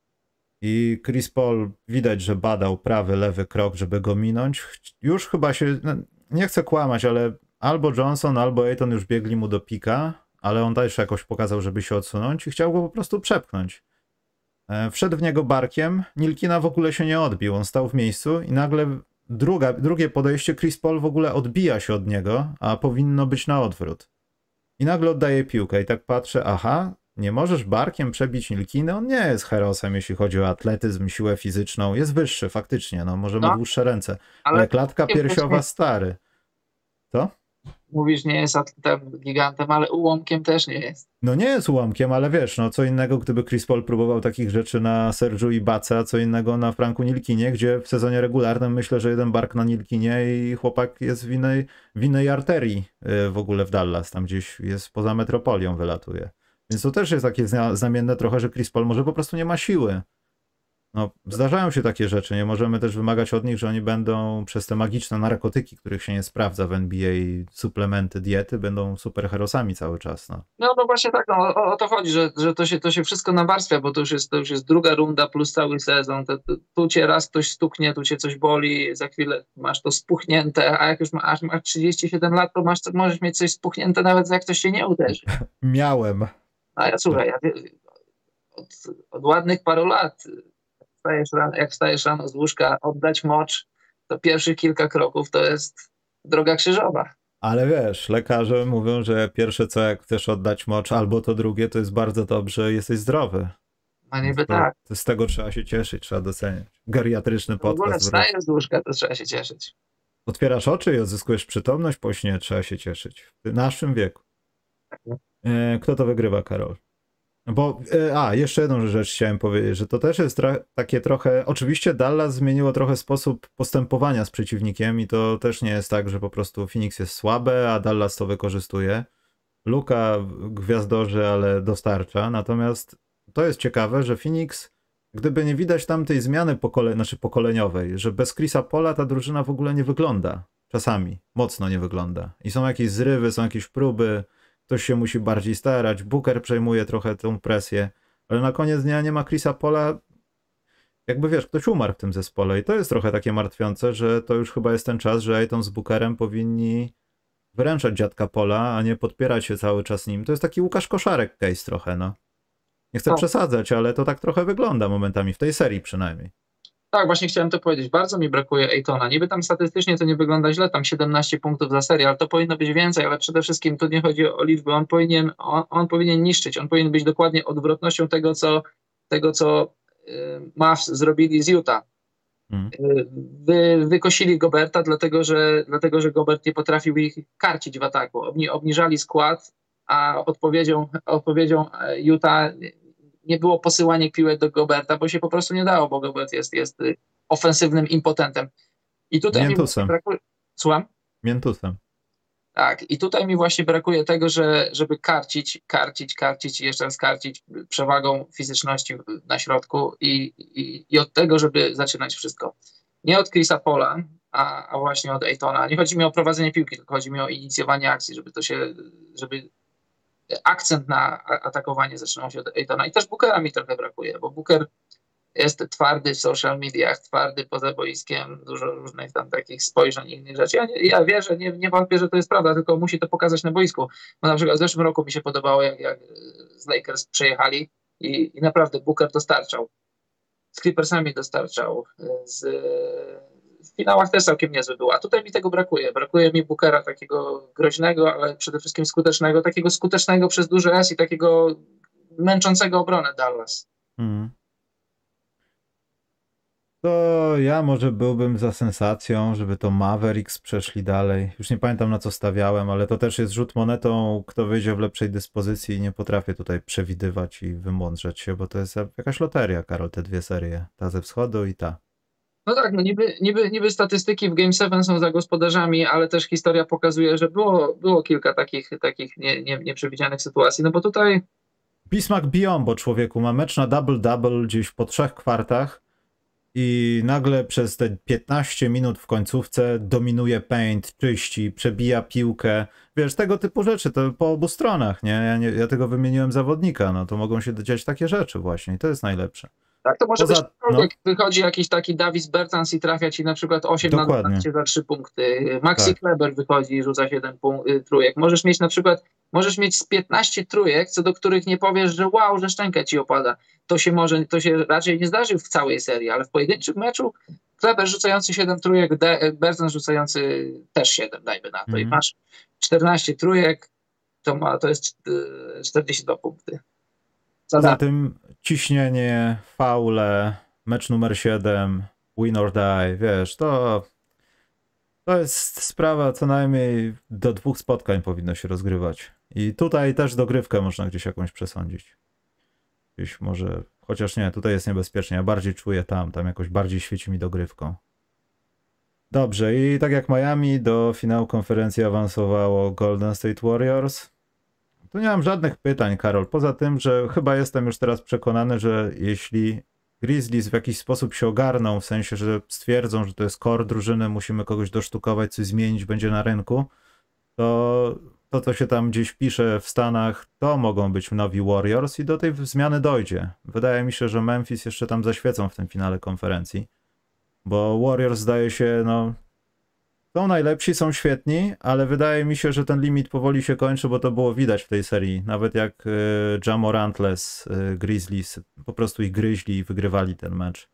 I Chris Paul widać, że badał prawy, lewy krok, żeby go minąć. Już chyba się, nie chcę kłamać, ale albo Johnson, albo Ayton już biegli mu do pika, ale on też jakoś pokazał, żeby się odsunąć i chciał go po prostu przepchnąć. Wszedł w niego barkiem, Ntilikina w ogóle się nie odbił, on stał w miejscu i nagle drugie podejście, Chris Paul w ogóle odbija się od niego, a powinno być na odwrót. I nagle oddaje piłkę i tak patrzę, aha, nie możesz barkiem przebić Ntilikiny? On nie jest herosem, jeśli chodzi o atletyzm, siłę fizyczną. Jest wyższy, faktycznie, no może ma dłuższe ręce. Ale klatka piersiowa stary. Co? Mówisz, nie jest atletem, gigantem, ale ułomkiem też nie jest. No nie jest ułomkiem, ale wiesz, no co innego, gdyby Chris Paul próbował takich rzeczy na Sergiu Ibace, a co innego na Franku Ntilikina, gdzie w sezonie regularnym myślę, że jeden bark na Ntilikinie i chłopak jest w innej arterii w ogóle w Dallas, tam gdzieś jest poza metropolią, wylatuje. Więc to też jest takie znamienne trochę, że Chris Paul może po prostu nie ma siły. No, zdarzają się takie rzeczy, nie możemy też wymagać od nich, że oni będą przez te magiczne narkotyki, których się nie sprawdza w NBA, suplementy, diety, będą superherosami cały czas. No właśnie tak, o to chodzi, że to się wszystko nawarstwia, bo to już jest druga runda plus cały sezon. Tu cię raz ktoś stuknie, tu cię coś boli, za chwilę masz to spuchnięte, a jak już masz 37 lat, to możesz mieć coś spuchnięte nawet jak ktoś cię nie uderzy. Miałem. A ja słuchaj, od ładnych paru lat jak wstajesz rano z łóżka, oddać mocz, to pierwszych kilka kroków to jest droga krzyżowa. Ale wiesz, lekarze mówią, że pierwsze co, jak chcesz oddać mocz, albo to drugie, to jest bardzo dobrze, jesteś zdrowy. No niby tak. To z tego trzeba się cieszyć, trzeba doceniać. Geriatryczny podcast. W ogóle wstajesz z łóżka, to trzeba się cieszyć. Otwierasz oczy i odzyskujesz przytomność po śnie, trzeba się cieszyć. W naszym wieku. Kto to wygrywa, Karol? Bo, jeszcze jedną rzecz chciałem powiedzieć, że to też jest takie trochę, oczywiście Dallas zmieniło trochę sposób postępowania z przeciwnikiem i to też nie jest tak, że po prostu Phoenix jest słabe, a Dallas to wykorzystuje. Luka gwiazdorzy, ale dostarcza, natomiast to jest ciekawe, że Phoenix, gdyby nie widać tamtej zmiany pokoleniowej, że bez Chrisa Paula ta drużyna w ogóle nie wygląda, czasami, mocno nie wygląda i są jakieś zrywy, są jakieś próby, ktoś się musi bardziej starać, Booker przejmuje trochę tą presję, ale na koniec dnia nie ma Chrisa Paula, jakby wiesz, ktoś umarł w tym zespole i to jest trochę takie martwiące, że to już chyba jest ten czas, że Ayton z Bookerem powinni wyręczać dziadka Paula, a nie podpierać się cały czas nim. To jest taki Łukasz Koszarek case trochę, no. Nie chcę przesadzać, ale to tak trochę wygląda momentami, w tej serii przynajmniej. Tak, właśnie chciałem to powiedzieć. Bardzo mi brakuje Aytona. Niby tam statystycznie to nie wygląda źle, tam 17 punktów za serię, ale to powinno być więcej, ale przede wszystkim tu nie chodzi o liczby. On powinien niszczyć, on powinien być dokładnie odwrotnością tego, co Mavs zrobili z Utah. Wykosili Goberta, dlatego że Gobert nie potrafił ich karcić w ataku. Obniżali skład, a odpowiedzią Utah nie było posyłanie piłek do Goberta, bo się po prostu nie dało, bo Gobert jest ofensywnym impotentem. I tutaj Miętusem. Słucham? Miętusem. Tak, i tutaj mi właśnie brakuje tego, żeby karcić i jeszcze raz karcić przewagą fizyczności na środku i od tego, żeby zaczynać wszystko. Nie od Chrisa Paula, a właśnie od Aytona. Nie chodzi mi o prowadzenie piłki, tylko chodzi mi o inicjowanie akcji, żeby akcent na atakowanie zaczynał się od Aytona. I też Bookera mi trochę brakuje, bo Booker jest twardy w social mediach, twardy poza boiskiem, dużo różnych tam takich spojrzeń i innych rzeczy. Ja wierzę, nie wątpię, że to jest prawda, tylko musi to pokazać na boisku. Bo na przykład w zeszłym roku mi się podobało, jak z Lakers przejechali i naprawdę Booker dostarczał. Z Clippersami dostarczał. W finałach też całkiem niezły był. A tutaj mi tego brakuje. Brakuje mi Bookera takiego groźnego, ale przede wszystkim skutecznego. Takiego skutecznego przez duże S i takiego męczącego obronę Dallas. To ja może byłbym za sensacją, żeby to Mavericks przeszli dalej. Już nie pamiętam, na co stawiałem, ale to też jest rzut monetą, kto wyjdzie w lepszej dyspozycji i nie potrafię tutaj przewidywać i wymądrzeć się, bo to jest jakaś loteria, Karol, te dwie serie. Ta ze wschodu i ta. No tak, no niby statystyki w Game 7 są za gospodarzami, ale też historia pokazuje, że było kilka takich nieprzewidzianych sytuacji, no bo tutaj... Bismarck Biombo, człowieku, ma mecz na double-double gdzieś po 3 kwartach i nagle przez te 15 minut w końcówce dominuje paint, czyści, przebija piłkę. Wiesz, tego typu rzeczy, to po obu stronach, nie? Ja tego wymieniłem zawodnika, no to mogą się dziać takie rzeczy właśnie i to jest najlepsze. Tak, to może być, jak wychodzi jakiś taki Davis Bertans i trafia ci na przykład 8 na 12 za 3 punkty. Maxi Kleber wychodzi i rzuca 7 trójek. Możesz mieć z 15 trójek, co do których nie powiesz, że wow, że szczęka ci opada. To się raczej nie zdarzy w całej serii, ale w pojedynczym meczu Kleber rzucający 7 trójek, Bertans rzucający też 7, dajmy na to. I masz 14 trójek, to jest 42 punkty. Poza tym ciśnienie, faule, mecz numer 7, win or die, wiesz, to jest sprawa, co najmniej do 2 spotkań powinno się rozgrywać. I tutaj też dogrywkę można gdzieś jakąś przesądzić. Gdzieś może, chociaż nie, tutaj jest niebezpiecznie, ja bardziej czuję tam jakoś bardziej świeci mi dogrywką. Dobrze, i tak jak Miami, do finału konferencji awansowało Golden State Warriors. Tu nie mam żadnych pytań, Karol, poza tym, że chyba jestem już teraz przekonany, że jeśli Grizzlies w jakiś sposób się ogarną, w sensie, że stwierdzą, że to jest core drużyny, musimy kogoś dosztukować, coś zmienić będzie na rynku, to co się tam gdzieś pisze w Stanach, to mogą być nowi Warriors i do tej zmiany dojdzie. Wydaje mi się, że Memphis jeszcze tam zaświecą w tym finale konferencji, bo Warriors zdaje się, no... Są najlepsi, są świetni, ale wydaje mi się, że ten limit powoli się kończy, bo to było widać w tej serii. Nawet jak Ja Morantless, Grizzlies, po prostu ich gryźli i wygrywali ten mecz.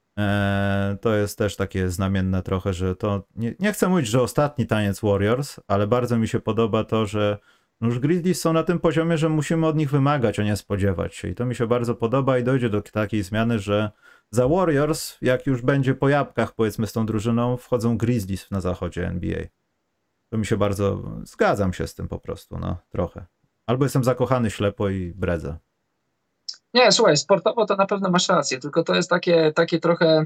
To jest też takie znamienne trochę, że to... Nie chcę mówić, że ostatni taniec Warriors, ale bardzo mi się podoba to, że już Grizzlies są na tym poziomie, że musimy od nich wymagać, a nie spodziewać się. I to mi się bardzo podoba i dojdzie do takiej zmiany, że za Warriors, jak już będzie po jabłkach, powiedzmy, z tą drużyną, wchodzą Grizzlies na zachodzie NBA. To mi się bardzo... Zgadzam się z tym po prostu, no, trochę. Albo jestem zakochany ślepo i bredzę. Nie, słuchaj, sportowo to na pewno masz rację, tylko to jest takie trochę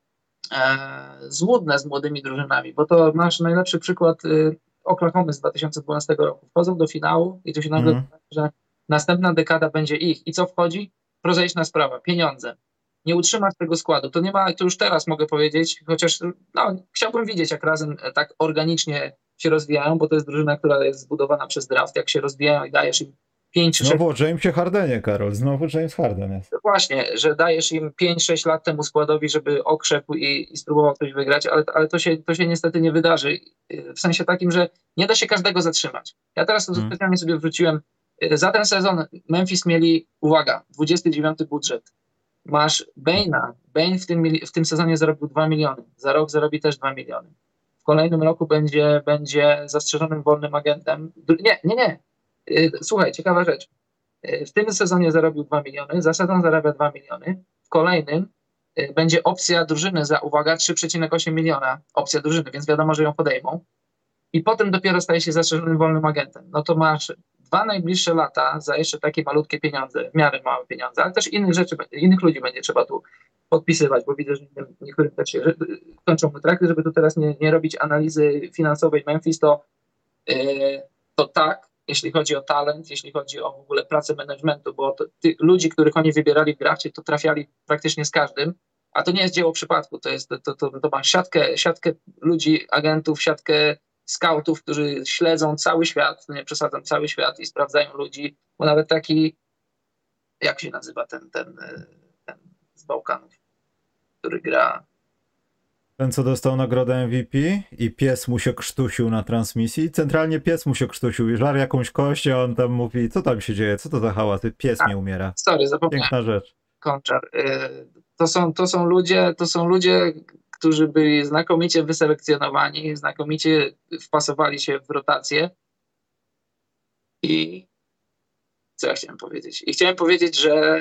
złudne z młodymi drużynami, bo to masz najlepszy przykład Oklahomy z 2012 roku. Wchodzą do finału i to się nagle że następna dekada będzie ich. I co wchodzi? Prozaiczna sprawa, pieniądze. Nie utrzymasz tego składu. To już teraz mogę powiedzieć, chociaż chciałbym widzieć, jak razem tak organicznie się rozwijają, bo to jest drużyna, która jest zbudowana przez draft, jak się rozwijają i dajesz im 5-6... Znowu o Jamesie Hardenie, Karol, znowu James Harden jest. Właśnie, że dajesz im 5-6 lat temu składowi, żeby okrzepł i spróbował coś wygrać, ale to się niestety nie wydarzy. W sensie takim, że nie da się każdego zatrzymać. Ja teraz to specjalnie sobie wrzuciłem. Za ten sezon Memphis mieli, uwaga, 29 budżet. Masz Bane'a. Bane w tym sezonie zarobił 2 miliony. Za rok zarobi też 2 miliony. W kolejnym roku będzie zastrzeżonym wolnym agentem. Nie. Słuchaj, ciekawa rzecz. W tym sezonie zarobił 2 miliony, za sezon zarabia 2 miliony. W kolejnym będzie opcja drużyny za, uwaga, 3,8 miliona. Opcja drużyny, więc wiadomo, że ją podejmą. I potem dopiero staje się zastrzeżonym wolnym agentem. No to masz 2 najbliższe lata za jeszcze takie malutkie pieniądze, w miarę małe pieniądze, ale też innych ludzi będzie trzeba tu podpisywać, bo widzę, że niektórym też się kończą kontrakty, żeby tu teraz nie robić analizy finansowej Memphis, to to tak, jeśli chodzi o talent, jeśli chodzi o w ogóle pracę managementu, bo ludzi, których oni wybierali w drafcie, to trafiali praktycznie z każdym, a to nie jest dzieło przypadku, to ma siatkę ludzi, agentów, siatkę scoutów, którzy śledzą cały świat, nie przesadzam, cały świat i sprawdzają ludzi, bo nawet taki, jak się nazywa ten z Bałkanów, który gra. Ten, co dostał nagrodę MVP i pies mu się krztusił na transmisji. Centralnie pies mu się krztusił i żarł jakąś kość, a on tam mówi, co tam się dzieje, co to za hałas, pies mi umiera. Sorry, zapomniałem. Piękna rzecz. Konczar. To są ludzie, którzy byli znakomicie wyselekcjonowani, znakomicie wpasowali się w rotację. I co ja chciałem powiedzieć? I chciałem powiedzieć, że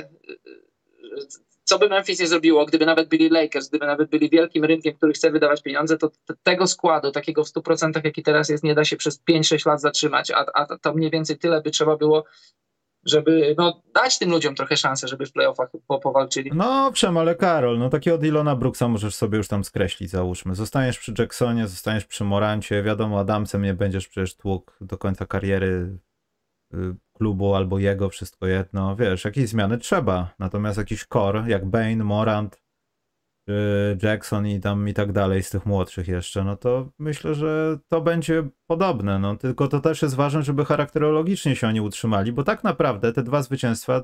co by Memphis nie zrobiło, gdyby nawet byli Lakers, gdyby nawet byli wielkim rynkiem, który chce wydawać pieniądze, to tego składu, takiego w 100%, jaki teraz jest, nie da się przez 5-6 lat zatrzymać, a to mniej więcej tyle by trzeba było, żeby dać tym ludziom trochę szansę, żeby w playoffach powalczyli. No owszem, ale Karol, takiego Dylona Brooksa możesz sobie już tam skreślić, załóżmy. Zostaniesz przy Jacksonie, zostaniesz przy Morancie, wiadomo, Adamsem nie będziesz przecież tłukł do końca kariery klubu albo jego, wszystko jedno. Wiesz, jakieś zmiany trzeba. Natomiast jakiś core, jak Bane, Morant, Jackson i tak dalej z tych młodszych jeszcze, to myślę, że to będzie podobne. Tylko to też jest ważne, żeby charakterologicznie się oni utrzymali, bo tak naprawdę te 2 zwycięstwa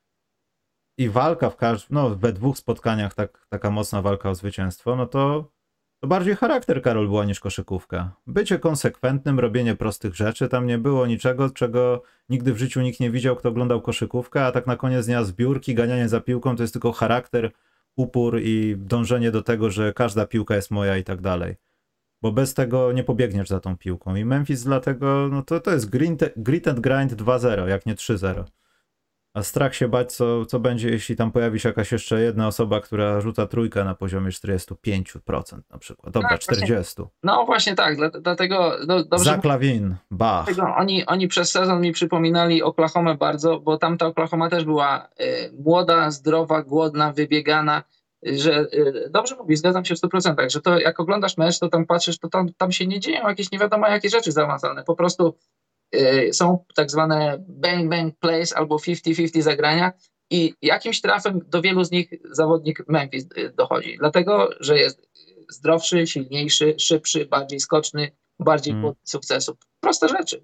i walka we 2 spotkaniach, taka mocna walka o zwycięstwo, to bardziej charakter, Karol, była niż koszykówka. Bycie konsekwentnym, robienie prostych rzeczy, tam nie było niczego, czego nigdy w życiu nikt nie widział, kto oglądał koszykówkę, a tak na koniec dnia zbiórki, ganianie za piłką to jest tylko charakter, upór i dążenie do tego, że każda piłka jest moja i tak dalej. Bo bez tego nie pobiegniesz za tą piłką. I Memphis dlatego, to jest grit and grind 2-0, jak nie 3-0. A strach się bać, co będzie, jeśli tam pojawi się jakaś jeszcze jedna osoba, która rzuca trójkę na poziomie 45% na przykład. Dobra, 40. Właśnie tak, dlatego dobrze. Zach LaVine, Bach. Oni przez sezon mi przypominali Oklahomę bardzo, bo tamta Oklahoma też była młoda, zdrowa, głodna, wybiegana, że dobrze mówisz, zgadzam się w 100%, że to jak oglądasz mecz, to tam patrzysz, to tam się nie dzieją jakieś nie wiadomo jakie rzeczy zaawansowane, po prostu są tak zwane bang plays albo 50-50 zagrania i jakimś trafem do wielu z nich zawodnik Memphis dochodzi. Dlatego, że jest zdrowszy, silniejszy, szybszy, bardziej skoczny, bardziej płodny sukcesu. Proste rzeczy.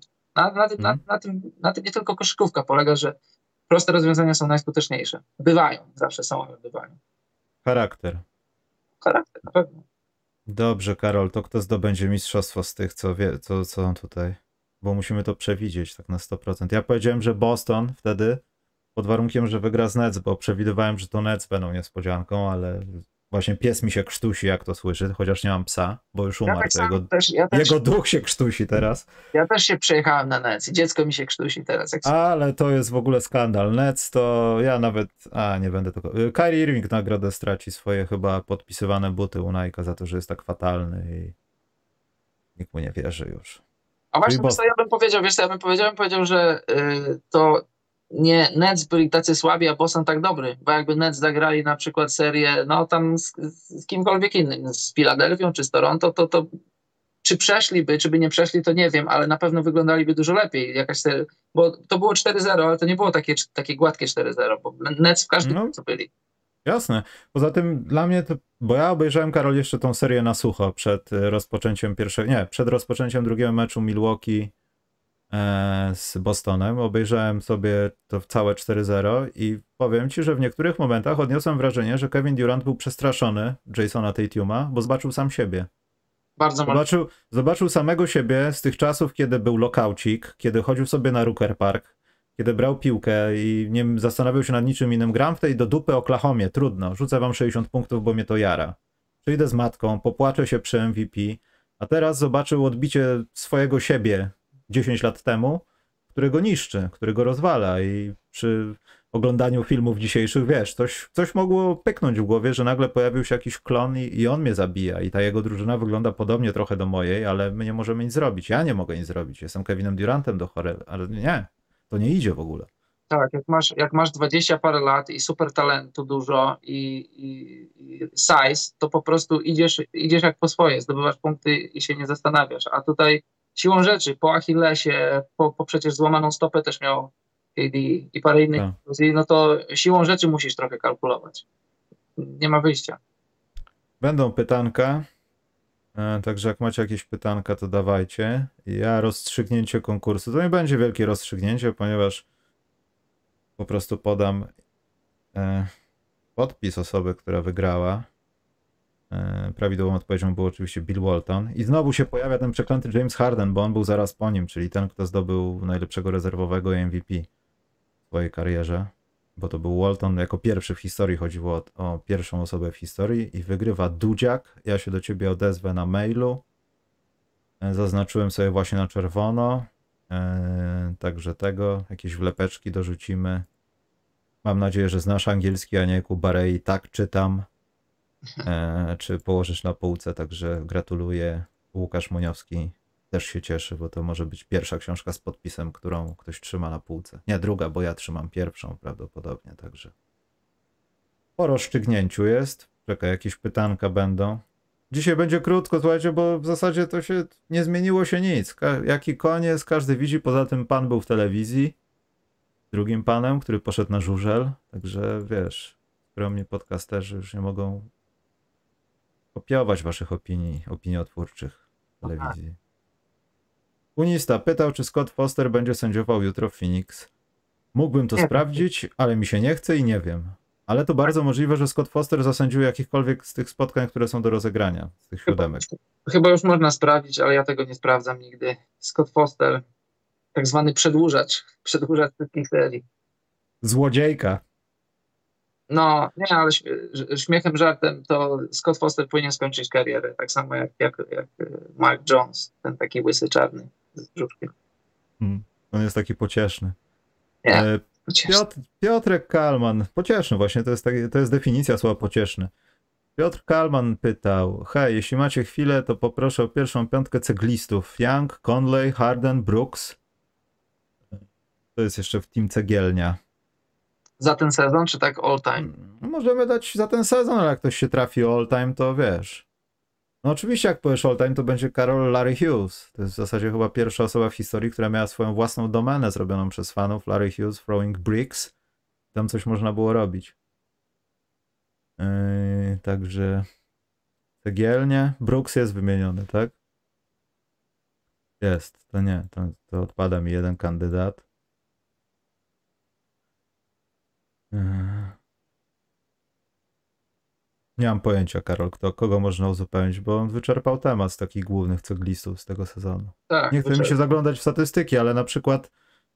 Na tym nie tylko koszykówka polega, że proste rozwiązania są najskuteczniejsze. Bywają, zawsze są, ale bywają. Charakter, na pewno. Dobrze, Karol, to kto zdobędzie mistrzostwo z tych, co są tutaj? Bo musimy to przewidzieć tak na 100%. Ja powiedziałem, że Boston wtedy, pod warunkiem, że wygra z Nets, bo przewidywałem, że to Nets będą niespodzianką, ale właśnie pies mi się krztusi, jak to słyszy, chociaż nie mam psa, bo już umarł. Jego duch się krztusi teraz. Ja też się przejechałem na Nets i dziecko mi się krztusi teraz. Ale to jest w ogóle skandal. Nets to ja nawet... nie będę tego... Kyrie Irving nagrodę straci, swoje chyba podpisywane buty u Nike'a za to, że jest tak fatalny i nikt mu nie wierzy już. A właśnie, ja bym powiedział, że to nie Nets byli tacy słabi, a Boston tak dobry, bo jakby Nets zagrali na przykład serię, tam z kimkolwiek innym, z Filadelfią czy z Toronto, to czy przeszliby, czy by nie przeszli, to nie wiem, ale na pewno wyglądaliby dużo lepiej. Bo to było 4-0, ale to nie było takie gładkie 4-0, bo Nets w każdym co byli. Jasne. Poza tym dla mnie to, bo ja obejrzałem, Karol, jeszcze tą serię na sucho przed rozpoczęciem drugiego meczu Milwaukee z Bostonem. Obejrzałem sobie to całe 4-0 i powiem ci, że w niektórych momentach odniosłem wrażenie, że Kevin Durant był przestraszony Jasona Tatuma, bo zobaczył sam siebie. Zobaczył samego siebie z tych czasów, kiedy był lokaucik, kiedy chodził sobie na Rucker Park, kiedy brał piłkę i nie zastanawiał się nad niczym innym. Gram w tej do dupy Oklahomie, trudno, rzucę wam 60 punktów, bo mnie to jara. Przyjdę z matką, popłaczę się przy MVP, a teraz zobaczył odbicie swojego siebie 10 lat temu, który go niszczy, który go rozwala i przy oglądaniu filmów dzisiejszych, wiesz, coś mogło pyknąć w głowie, że nagle pojawił się jakiś klon i on mnie zabija i ta jego drużyna wygląda podobnie trochę do mojej, ale my nie możemy nic zrobić. Ja nie mogę nic zrobić. Jestem Kevinem Durantem do chory, ale nie, to nie idzie w ogóle. Tak, jak masz 20 parę lat i super talentu dużo i size, to po prostu idziesz jak po swoje, zdobywasz punkty i się nie zastanawiasz, a tutaj siłą rzeczy, po Achillesie, po przecież złamaną stopę też miał KD i parę innych Tak. kontuzji, no to siłą rzeczy musisz trochę kalkulować. Nie ma wyjścia. Będą pytanka, także jak macie jakieś pytanka, to dawajcie. Ja rozstrzygnięcie konkursu. To nie będzie wielkie rozstrzygnięcie, ponieważ po prostu podam podpis osoby, która wygrała. Prawidłową odpowiedzią był oczywiście Bill Walton. I znowu się pojawia ten przeklęty James Harden, bo on był zaraz po nim, czyli ten, kto zdobył najlepszego rezerwowego i MVP w swojej karierze. Bo to był Walton jako pierwszy w historii, chodziło o pierwszą osobę w historii i wygrywa Dudziak. Ja się do ciebie odezwę na mailu. Zaznaczyłem sobie właśnie na czerwono. Także tego, jakieś wlepeczki dorzucimy. Mam nadzieję, że znasz angielski, a nie jak u Barei, tak czytam. Czy położysz na półce, także gratuluję. Łukasz Moniowski też się cieszy, bo to może być pierwsza książka z podpisem, którą ktoś trzyma na półce. Nie, druga, bo ja trzymam pierwszą prawdopodobnie, także po rozstrzygnięciu jest. Czekaj, jakieś pytanka będą. Dzisiaj będzie krótko, słuchajcie, bo w zasadzie to się nie zmieniło się nic. Jaki koniec, każdy widzi, poza tym pan był w telewizji, drugim panem, który poszedł na żużel, także wiesz, skromni podcasterzy już nie mogą kopiować waszych opiniotwórczych w telewizji. Unista pytał, czy Scott Foster będzie sędziował jutro w Phoenix. Mógłbym to sprawdzić, ale mi się nie chce i nie wiem. Ale to bardzo możliwe, że Scott Foster zasędziuje jakichkolwiek z tych spotkań, które są do rozegrania, z tych siódemek. Chyba już można sprawdzić, ale ja tego nie sprawdzam nigdy. Scott Foster, tak zwany przedłużacz wszystkich serii. Złodziejka. No, nie, ale śmiechem, żartem, to Scott Foster powinien skończyć karierę, tak samo jak Mark Jones, ten taki łysy czarny z brzuszkiem. On jest taki pocieszny. Nie, Piotrek Kalman, pocieszny właśnie, to jest definicja słowa pocieszny. Piotr Kalman pytał, hej, jeśli macie chwilę, to poproszę o pierwszą piątkę ceglistów. Young, Conley, Harden, Brooks. To jest jeszcze w team cegielnia. Za ten sezon, czy tak all time? Możemy dać za ten sezon, ale jak ktoś się trafi all time, to wiesz. No oczywiście jak powiesz all time, to będzie Karol Larry Hughes. To jest w zasadzie chyba pierwsza osoba w historii, która miała swoją własną domenę zrobioną przez fanów. Larry Hughes Throwing Bricks. Tam coś można było robić. Także cegielnie. Brooks jest wymieniony, tak? Jest, to nie. To odpada mi jeden kandydat. Nie mam pojęcia, Karol, kogo można uzupełnić, bo on wyczerpał temat z takich głównych ceglistów z tego sezonu. Tak, nie chcę mi się zaglądać w statystyki, ale na przykład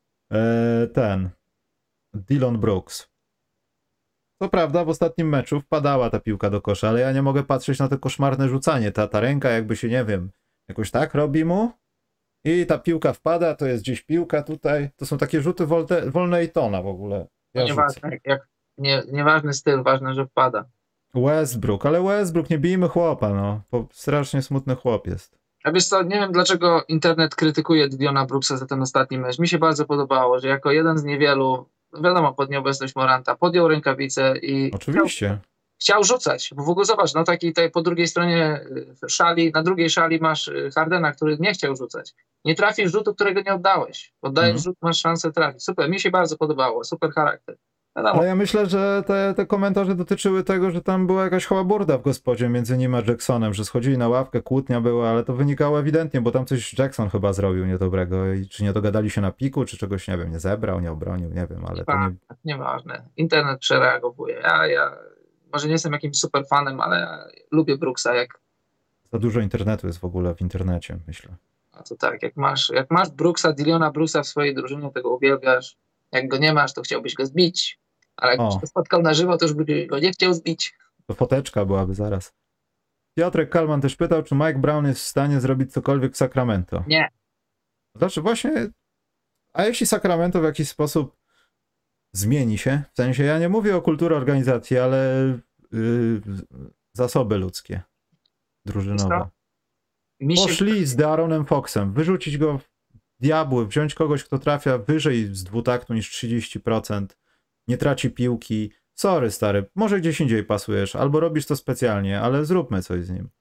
Dillon Brooks. Co prawda w ostatnim meczu wpadała ta piłka do kosza, ale ja nie mogę patrzeć na to koszmarne rzucanie. Ta ręka jakby się, nie wiem, jakoś tak robi mu i ta piłka wpada, to jest gdzieś piłka tutaj. To są takie rzuty wolne i tona w ogóle. Ja nieważne, nieważny styl, ważne, że wpada. Westbrook, ale Westbrook, nie bijmy chłopa, no. Strasznie smutny chłop jest. A wiesz co, nie wiem dlaczego internet krytykuje Dillona Brooksa za ten ostatni mecz. Mi się bardzo podobało, że jako jeden z niewielu, wiadomo, pod nieobecność Moranta, podjął rękawice i oczywiście chciał rzucać. Bo w ogóle zobacz, no po drugiej stronie szali, na drugiej szali masz Hardena, który nie chciał rzucać. Nie trafisz rzutu, którego nie oddałeś. Oddajesz rzut, masz szansę trafić. Super, mi się bardzo podobało, super charakter. Wiadomo. Ale ja myślę, że te komentarze dotyczyły tego, że tam była jakaś hałaburda w gospodzie między nim a Jacksonem, że schodzili na ławkę, kłótnia była, ale to wynikało ewidentnie, bo tam coś Jackson chyba zrobił niedobrego i czy nie dogadali się na piku, czy czegoś, nie wiem, nie zebrał, nie obronił, nie wiem, ale to nie... Nieważne. Internet przereagowuje. Ja może nie jestem jakimś super fanem, ale lubię Brooksa. Za dużo internetu jest w ogóle w internecie, myślę. A to tak, jak masz Brooksa, Dillona Brooksa w swojej drużynie, to go uwielbiasz. Jak go nie masz, to chciałbyś go zbić. Ale jak byś go spotkał na żywo, to już by go nie chciał zbić. To foteczka byłaby zaraz. Piotrek Kalman też pytał, czy Mike Brown jest w stanie zrobić cokolwiek w Sacramento. Nie. Znaczy właśnie, a jeśli Sacramento w jakiś sposób zmieni się, w sensie ja nie mówię o kulturze organizacji, ale zasoby ludzkie, drużynowe. Poszli z De'Aaronem Foxem, wyrzucić go w diabły, wziąć kogoś, kto trafia wyżej z dwutaktu niż 30%, nie traci piłki. Sorry, stary, może gdzieś indziej pasujesz, albo robisz to specjalnie, ale zróbmy coś z nim.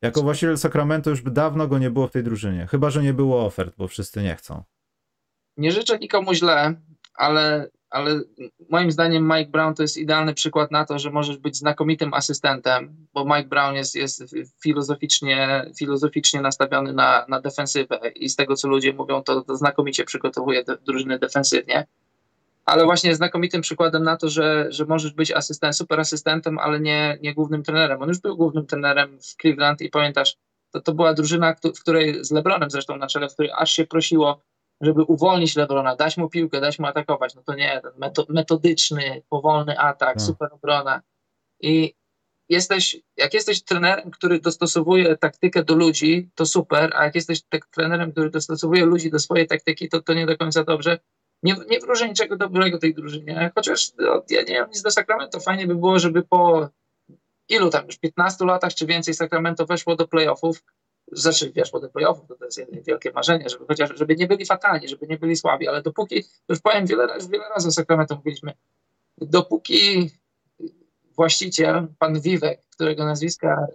Jako właściciel Sacramento już by dawno go nie było w tej drużynie. Chyba że nie było ofert, bo wszyscy nie chcą. Nie życzę nikomu źle, ale moim zdaniem Mike Brown to jest idealny przykład na to, że możesz być znakomitym asystentem, bo Mike Brown jest filozoficznie nastawiony na defensywę i z tego, co ludzie mówią, to znakomicie przygotowuje drużyny defensywnie. Ale właśnie jest znakomitym przykładem na to, że możesz być super asystentem, ale nie głównym trenerem. On już był głównym trenerem w Cleveland i pamiętasz, to była drużyna, w której z LeBronem zresztą na czele, w której aż się prosiło, żeby uwolnić LeBrona, dać mu piłkę, dać mu atakować. No to nie, ten metodyczny, powolny atak, super obrona. I jak jesteś trenerem, który dostosowuje taktykę do ludzi, to super, a jak jesteś trenerem, który dostosowuje ludzi do swojej taktyki, to nie do końca dobrze. Nie wróżę niczego dobrego tej drużynie, chociaż ja nie mam nic do Sacramento. Fajnie by było, żeby po ilu tam już 15 latach czy więcej Sacramento weszło do playoffów. Znaczy weszło do playoffów, to jest wielkie marzenie, żeby nie byli fatalni, żeby nie byli słabi, ale dopóki, już powiem wiele razy o Sacramento mówiliśmy, dopóki właściciel, pan Vivek, którego nazwiska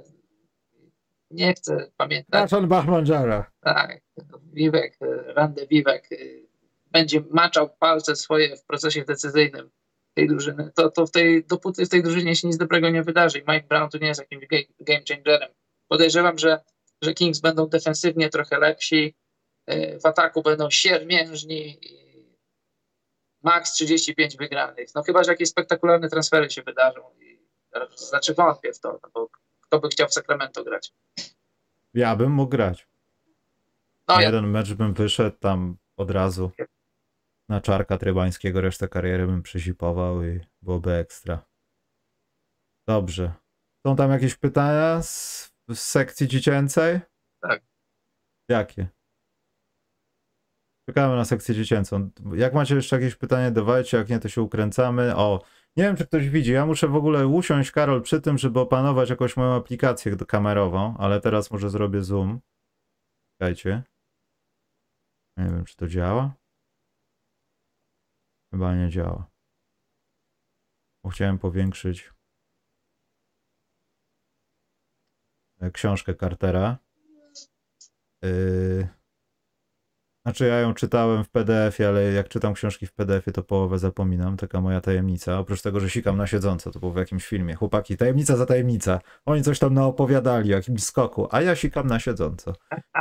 nie chcę pamiętać. Pan Bachmanjara. Tak, Vivek, Randy Vivek będzie maczał palce swoje w procesie decyzyjnym tej drużyny, dopóty w tej drużynie się nic dobrego nie wydarzy. Mike Brown tu nie jest jakimś game changerem. Podejrzewam, że Kings będą defensywnie trochę lepsi, w ataku będą siermiężni i max 35 wygranych. No chyba, że jakieś spektakularne transfery się wydarzą. Znaczy wątpię w to, no bo kto by chciał w Sacramento grać? Ja bym mógł grać. No, jeden mecz bym wyszedł tam od razu na Czarka Trybańskiego, resztę kariery bym przysipował i byłoby ekstra. Dobrze. Są tam jakieś pytania z sekcji dziecięcej? Tak. Jakie? Czekamy na sekcję dziecięcą. Jak macie jeszcze jakieś pytanie, dawajcie, jak nie, to się ukręcamy. O, nie wiem, czy ktoś widzi, ja muszę w ogóle usiąść, Karol, przy tym, żeby opanować jakąś moją aplikację kamerową, ale teraz może zrobię zoom. Czekajcie. Nie wiem, czy to działa. Chyba nie działa. Bo chciałem powiększyć książkę Cartera. Znaczy ja ją czytałem w PDF-ie, ale jak czytam książki w PDF-ie, to połowę zapominam. Taka moja tajemnica. Oprócz tego, że sikam na siedząco. To było w jakimś filmie. Chłopaki, tajemnica za tajemnica. Oni coś tam naopowiadali o jakimś skoku, a ja sikam na siedząco.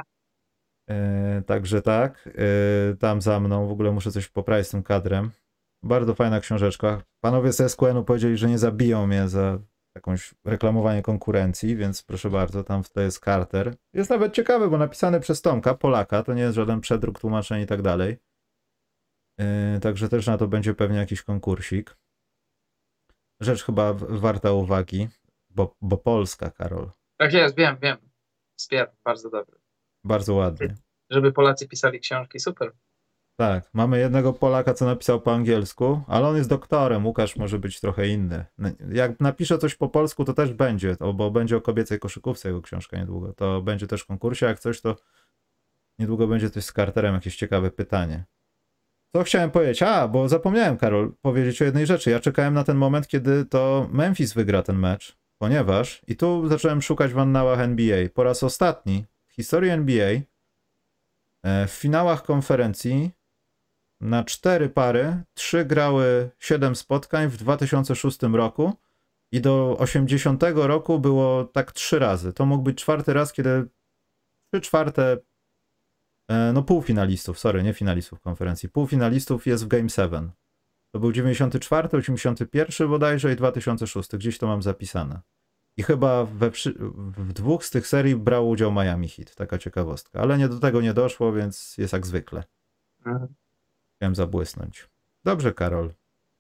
Także tak. Tam za mną. W ogóle muszę coś poprawić z tym kadrem. Bardzo fajna książeczka. Panowie z SQN-u powiedzieli, że nie zabiją mnie za jakąś reklamowanie konkurencji, więc proszę bardzo, tam to jest Carter. Jest nawet ciekawy, bo napisany przez Tomka, Polaka, to nie jest żaden przedruk, tłumaczeń i tak dalej. Także też na to będzie pewnie jakiś konkursik. Rzecz chyba warta uwagi, bo polska, Karol. Tak jest, wiem. Wspieram, bardzo dobry. Bardzo ładnie. Żeby Polacy pisali książki, super. Tak, mamy jednego Polaka, co napisał po angielsku, ale on jest doktorem, Łukasz może być trochę inny. Jak napisze coś po polsku, to też będzie, bo będzie o kobiecej koszykówce jego książka niedługo. To będzie też w konkursie, jak coś, to niedługo będzie coś z Carterem, jakieś ciekawe pytanie. Co chciałem powiedzieć? Bo zapomniałem, Karol, powiedzieć o jednej rzeczy. Ja czekałem na ten moment, kiedy to Memphis wygra ten mecz, ponieważ, i tu zacząłem szukać w annałach NBA, po raz ostatni w historii NBA w finałach konferencji na 4 pary, 3 grały 7 spotkań w 2006 roku i do 80 roku było tak 3 razy. To mógł być 4. raz, kiedy 3/4 półfinalistów, nie finalistów konferencji, półfinalistów jest w Game 7. To był 94, 81 bodajże i 2006, gdzieś to mam zapisane. I chyba w 2 z tych serii brał udział Miami Heat, taka ciekawostka. Ale nie do tego nie doszło, więc jest jak zwykle. Chciałem zabłysnąć. Dobrze, Karol.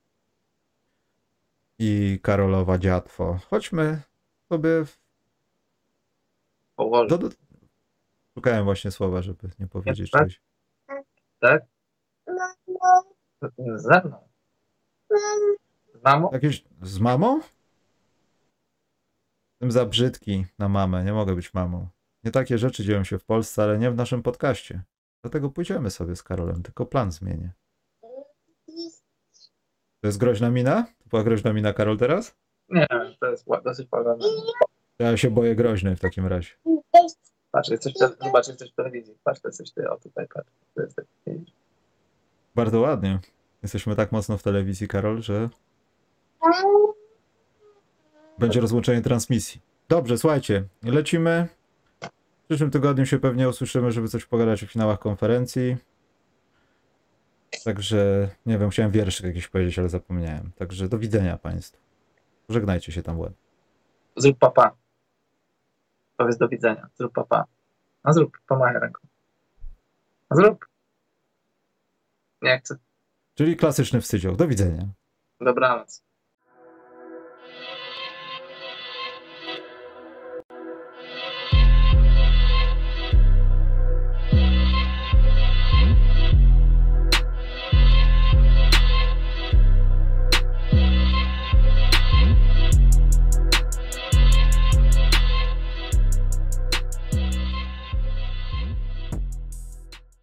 I Karolowa dziatwo. Chodźmy sobie powoli. Szukałem właśnie słowa, żeby nie powiedzieć czegoś. Tak? Ze mną. Z mamą? Jakieś z mamą? Jestem za brzydki na mamę. Nie mogę być mamą. Nie takie rzeczy dzieją się w Polsce, ale nie w naszym podcaście. Dlatego pójdziemy sobie z Karolem, tylko plan zmienię. To jest groźna mina? To była groźna mina, Karol, teraz? Nie, to jest dosyć ładna. Ja się boję groźnej w takim razie. Patrz, zobacz, jesteś w telewizji. Patrz, to jesteś ty, o tutaj, patrz. To jest taki, widzisz? Bardzo ładnie. Jesteśmy tak mocno w telewizji, Karol, że będzie rozłączenie transmisji. Dobrze, słuchajcie, lecimy. W przyszłym tygodniu się pewnie usłyszymy, żeby coś pogadać o finałach konferencji. Także, nie wiem, chciałem wierszyk jakiś powiedzieć, ale zapomniałem. Także do widzenia Państwu. Żegnajcie się tam ładnie. Zrób papa. Powiedz do widzenia. Zrób papa. A zrób, pomachaj ręką. A zrób. Nie chcę. Czyli klasyczny wstydzioł. Do widzenia. Dobranoc.